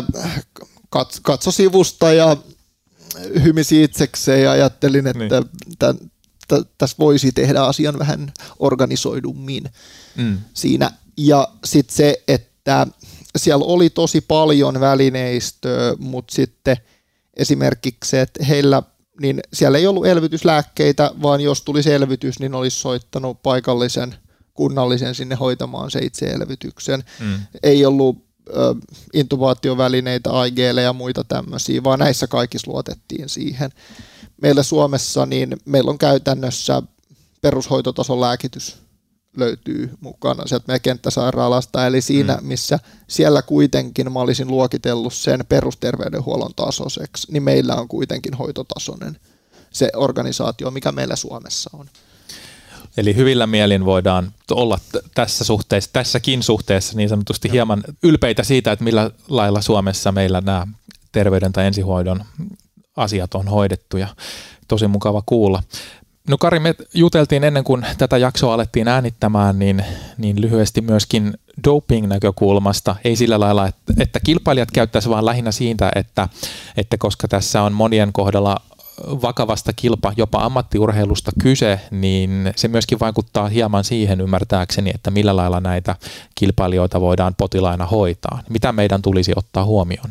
katso sivusta ja hymisi itsekseen ja ajattelin, että niin. tässä voisi tehdä asian vähän organisoidummin mm. siinä. Ja sitten se, että siellä oli tosi paljon välineistöä, mutta sitten esimerkiksi se, että heillä, niin siellä ei ollut elvytyslääkkeitä, vaan jos tuli elvytys, niin olisi soittanut paikallisen kunnallisen sinne hoitamaan se itse elvytyksen. Mm. Ei ollut ö, intubaatiovälineitä, I G:lle ja muita tämmöisiä, vaan näissä kaikissa luotettiin siihen. Meillä Suomessa niin meillä on käytännössä perushoitotason lääkitys löytyy mukana sieltä meidän kenttäsairaalasta, eli siinä, mm. missä siellä kuitenkin mä olisin luokitellut sen perusterveydenhuollon tasoiseksi, niin meillä on kuitenkin hoitotasoinen se organisaatio, mikä meillä Suomessa on. Eli hyvillä mielin voidaan olla tässä suhteessa, tässäkin suhteessa niin sanotusti hieman ylpeitä siitä, että millä lailla Suomessa meillä nämä terveyden tai ensihoidon asiat on hoidettu ja tosi mukava kuulla. No Kari, me juteltiin ennen kuin tätä jaksoa alettiin äänittämään, niin, niin lyhyesti myöskin doping-näkökulmasta. Ei sillä lailla, että, että kilpailijat käyttäisivät vaan lähinnä siitä, että, että koska tässä on monien kohdalla vakavasta kilpa, jopa ammattiurheilusta kyse, niin se myöskin vaikuttaa hieman siihen ymmärtääkseni, että millä lailla näitä kilpailijoita voidaan potilaina hoitaa. Mitä meidän tulisi ottaa huomioon?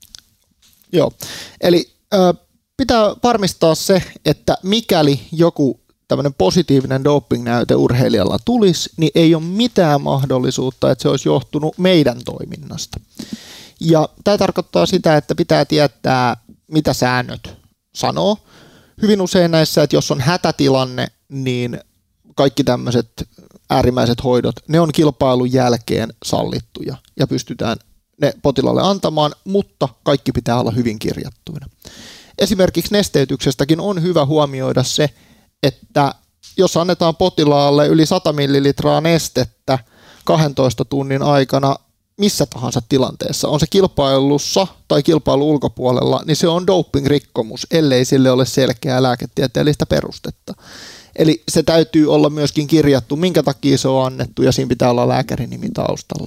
Joo, eli äh, pitää varmistaa se, että mikäli joku tämmöinen positiivinen doping-näyte urheilijalla tulisi, niin ei ole mitään mahdollisuutta, että se olisi johtunut meidän toiminnasta. Ja tämä tarkoittaa sitä, että pitää tietää, mitä säännöt sanoo. Hyvin usein näissä, että jos on hätätilanne, niin kaikki tämmöiset äärimmäiset hoidot, ne on kilpailun jälkeen sallittuja ja pystytään ne potilaalle antamaan, mutta kaikki pitää olla hyvin kirjattuina. Esimerkiksi nesteytyksestäkin on hyvä huomioida se, että jos annetaan potilaalle yli sata millilitraa nestettä kahdentoista tunnin aikana missä tahansa tilanteessa, on se kilpailussa tai kilpailun ulkopuolella, niin se on doping-rikkomus, ellei sille ole selkeää lääketieteellistä perustetta. Eli se täytyy olla myöskin kirjattu, minkä takia se on annettu, ja siinä pitää olla lääkärin nimi taustalla.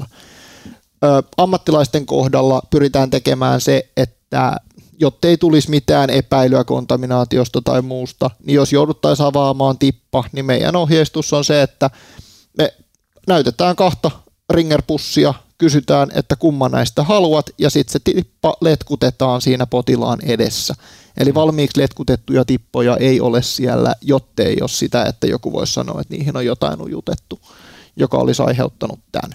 Ö, ammattilaisten kohdalla pyritään tekemään se, että jottei tulisi mitään epäilyä kontaminaatiosta tai muusta, niin jos jouduttaisiin avaamaan tippa, niin meidän ohjeistus on se, että me näytetään kahta ringerpussia, kysytään, että kumman näistä haluat, ja sitten se tippa letkutetaan siinä potilaan edessä. Eli valmiiksi letkutettuja tippoja ei ole siellä, jottei ole sitä, että joku voisi sanoa, että niihin on jotain ujutettu, joka olisi aiheuttanut tämän.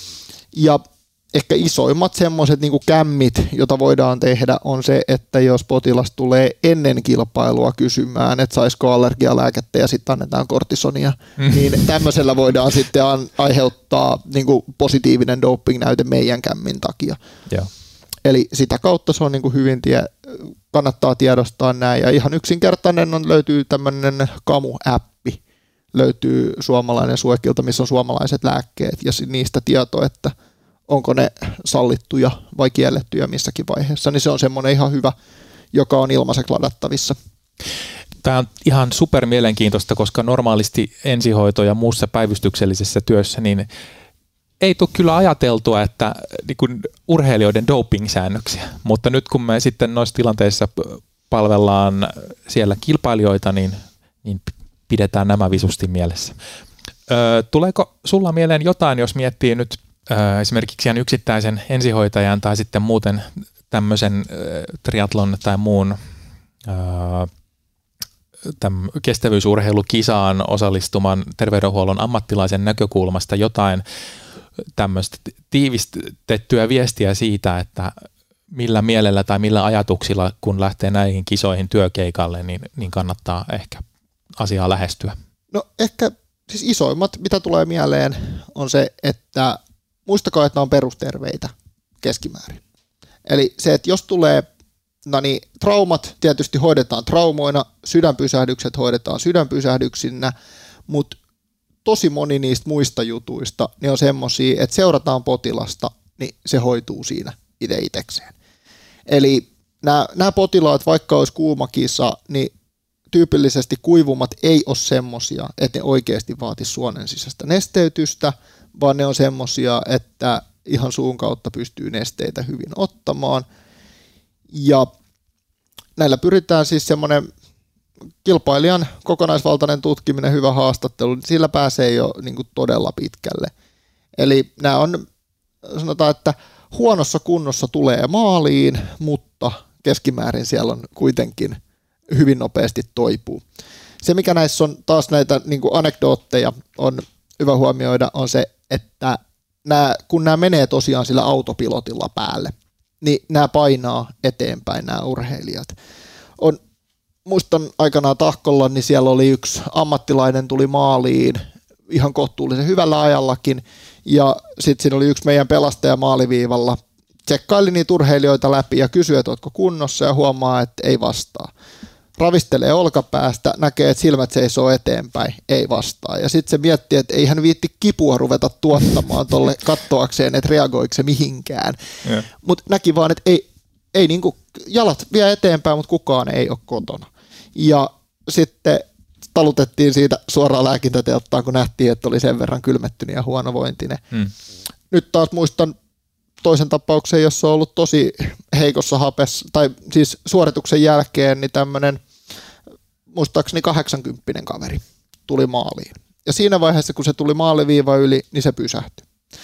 Ja ehkä isoimmat semmoiset niin kuin kämmit, jota voidaan tehdä, on se, että jos potilas tulee ennen kilpailua kysymään, että saisiko allergialääkettä ja sitten annetaan kortisonia, mm. niin tämmöisellä voidaan sitten aiheuttaa niin kuin positiivinen doping-näyte meidän kämmin takia. Joo. Eli sitä kautta se on niin kuin hyvin, tie, kannattaa tiedostaa näin. Ja ihan yksinkertainen on, löytyy tämmöinen Kamu-appi, löytyy suomalainen Suekilta, missä on suomalaiset lääkkeet ja niistä tieto, että onko ne sallittuja vai kiellettyjä missäkin vaiheessa, niin se on semmoinen ihan hyvä, joka on ilmaiseksi ladattavissa. Tämä on ihan super mielenkiintoista, koska normaalisti ensihoito ja muussa päivystyksellisessä työssä niin ei tule kyllä ajateltua, että niin kuin urheilijoiden doping-säännöksiä, mutta nyt kun me sitten noissa tilanteissa palvellaan siellä kilpailijoita, niin, niin pidetään nämä visusti mielessä. Öö, tuleeko sulla mieleen jotain, jos miettii nyt öö, esimerkiksi ihan yksittäisen ensihoitajan tai sitten muuten tämmöisen öö, triathlon tai muun öö, täm, kestävyysurheilukisaan osallistuman terveydenhuollon ammattilaisen näkökulmasta jotain tämmöistä tiivistettyä viestiä siitä, että millä mielellä tai millä ajatuksilla, kun lähtee näihin kisoihin työkeikalle, niin, niin kannattaa ehkä asiaa lähestyä? No ehkä siis isoimmat, mitä tulee mieleen, on se, että muistakaa, että nämä on perusterveitä keskimäärin. Eli se, että jos tulee, no niin, traumat tietysti hoidetaan traumoina, sydänpysähdykset hoidetaan sydänpysähdyksinä, mutta tosi moni niistä muista jutuista niin on semmoisia, että seurataan potilasta, niin se hoituu siinä itse itsekseen. Eli nämä, nämä potilaat, vaikka olisi kuumakisa, niin tyypillisesti kuivumat ei ole semmoisia, että ne oikeasti vaatisi suonen sisäistä nesteytystä, vaan ne on semmoisia, että ihan suun kautta pystyy nesteitä hyvin ottamaan. Ja näillä pyritään siis semmoinen kilpailijan kokonaisvaltainen tutkiminen, hyvä haastattelu, niin sillä pääsee jo niin kuin todella pitkälle. Eli nämä on, sanotaan, että huonossa kunnossa tulee maaliin, mutta keskimäärin siellä on kuitenkin hyvin nopeasti toipuu. Se, mikä näissä on taas näitä niin kuin anekdootteja on hyvä huomioida, on se, että nämä, kun nämä menee tosiaan sillä autopilotilla päälle, niin nämä painaa eteenpäin nämä urheilijat. On, muistan aikanaan Tahkolla, niin siellä oli yksi ammattilainen tuli maaliin ihan kohtuullisen hyvällä ajallakin, ja sitten siinä oli yksi meidän pelastaja maaliviivalla, tsekkaili niitä urheilijoita läpi ja kysyi, että ootko kunnossa, ja huomaa, että ei vastaa. Ravistelee olkapäästä, näkee, että silmät seisoo eteenpäin, ei vastaa. Ja sitten se miettii, että ei hän viitti kipua ruveta tuottamaan tolle kattoakseen, että reagoiko se mihinkään. Mutta näki vaan, että ei, ei niinku, jalat vie eteenpäin, mutta kukaan ei ole kotona. Ja sitten talutettiin siitä suoraan lääkintätelttaan, kun nähtiin, että oli sen verran kylmettynyt ja huonovointinen. Hmm. Nyt taas muistan toisen tapauksen, jossa on ollut tosi heikossa hapessa, tai siis suorituksen jälkeen, niin tämmöinen muistaakseni kahdeksankymppinen kaveri tuli maaliin. Ja siinä vaiheessa, kun se tuli maaliviiva yli, niin se pysähtyi.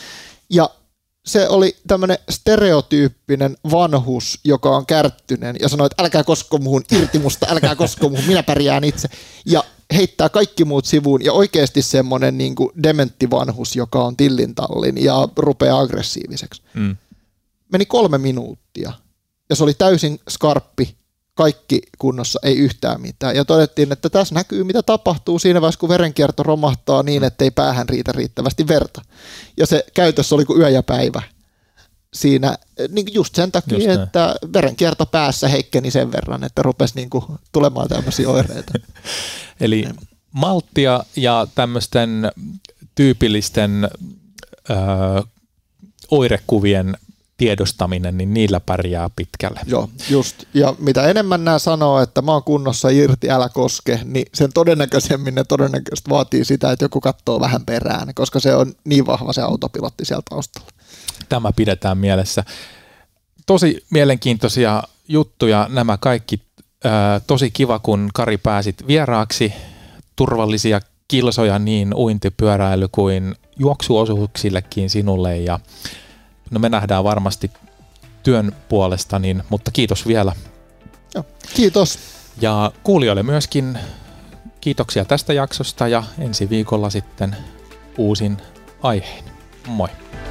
Ja se oli tämmöinen stereotyyppinen vanhus, joka on kärttyinen ja sanoi, että älkää kosko muhun, irti musta, älkää kosko muhun, minä pärjään itse. Ja heittää kaikki muut sivuun ja oikeasti semmoinen niin kuin dementti vanhus, joka on tillintallin ja rupeaa aggressiiviseksi. Mm. Meni kolme minuuttia ja se oli täysin skarppi, kaikki kunnossa, ei yhtään mitään. Ja todettiin, että tässä näkyy, mitä tapahtuu siinä vaiheessa, kun verenkierto romahtaa niin, ettei päähän riitä riittävästi verta. Ja se käytössä oli kuin yö ja päivä siinä niin just sen takia, just että verenkierto päässä heikkeni sen verran, että rupesi niin kuin tulemaan tämmöisiä oireita. Eli malttia ja tämmöisten tyypillisten ö, oirekuvien tiedostaminen, niin niillä pärjää pitkälle. Joo, just. Ja mitä enemmän nämä sanoo, että mä oon kunnossa, irti, älä koske, niin sen todennäköisemmin ne todennäköisesti vaatii sitä, että joku katsoo vähän perään, koska se on niin vahva se autopilotti siellä taustalla. Tämä pidetään mielessä. Tosi mielenkiintoisia juttuja nämä kaikki. Ää, tosi kiva, kun Kari pääsit vieraaksi. Turvallisia kilsoja niin uintipyöräily kuin juoksuosuuksillekin sinulle. Ja no me nähdään varmasti työn puolesta, niin, mutta kiitos vielä. Joo, kiitos. Ja kuulijoille myöskin kiitoksia tästä jaksosta ja ensi viikolla sitten uusin aiheen. Moi.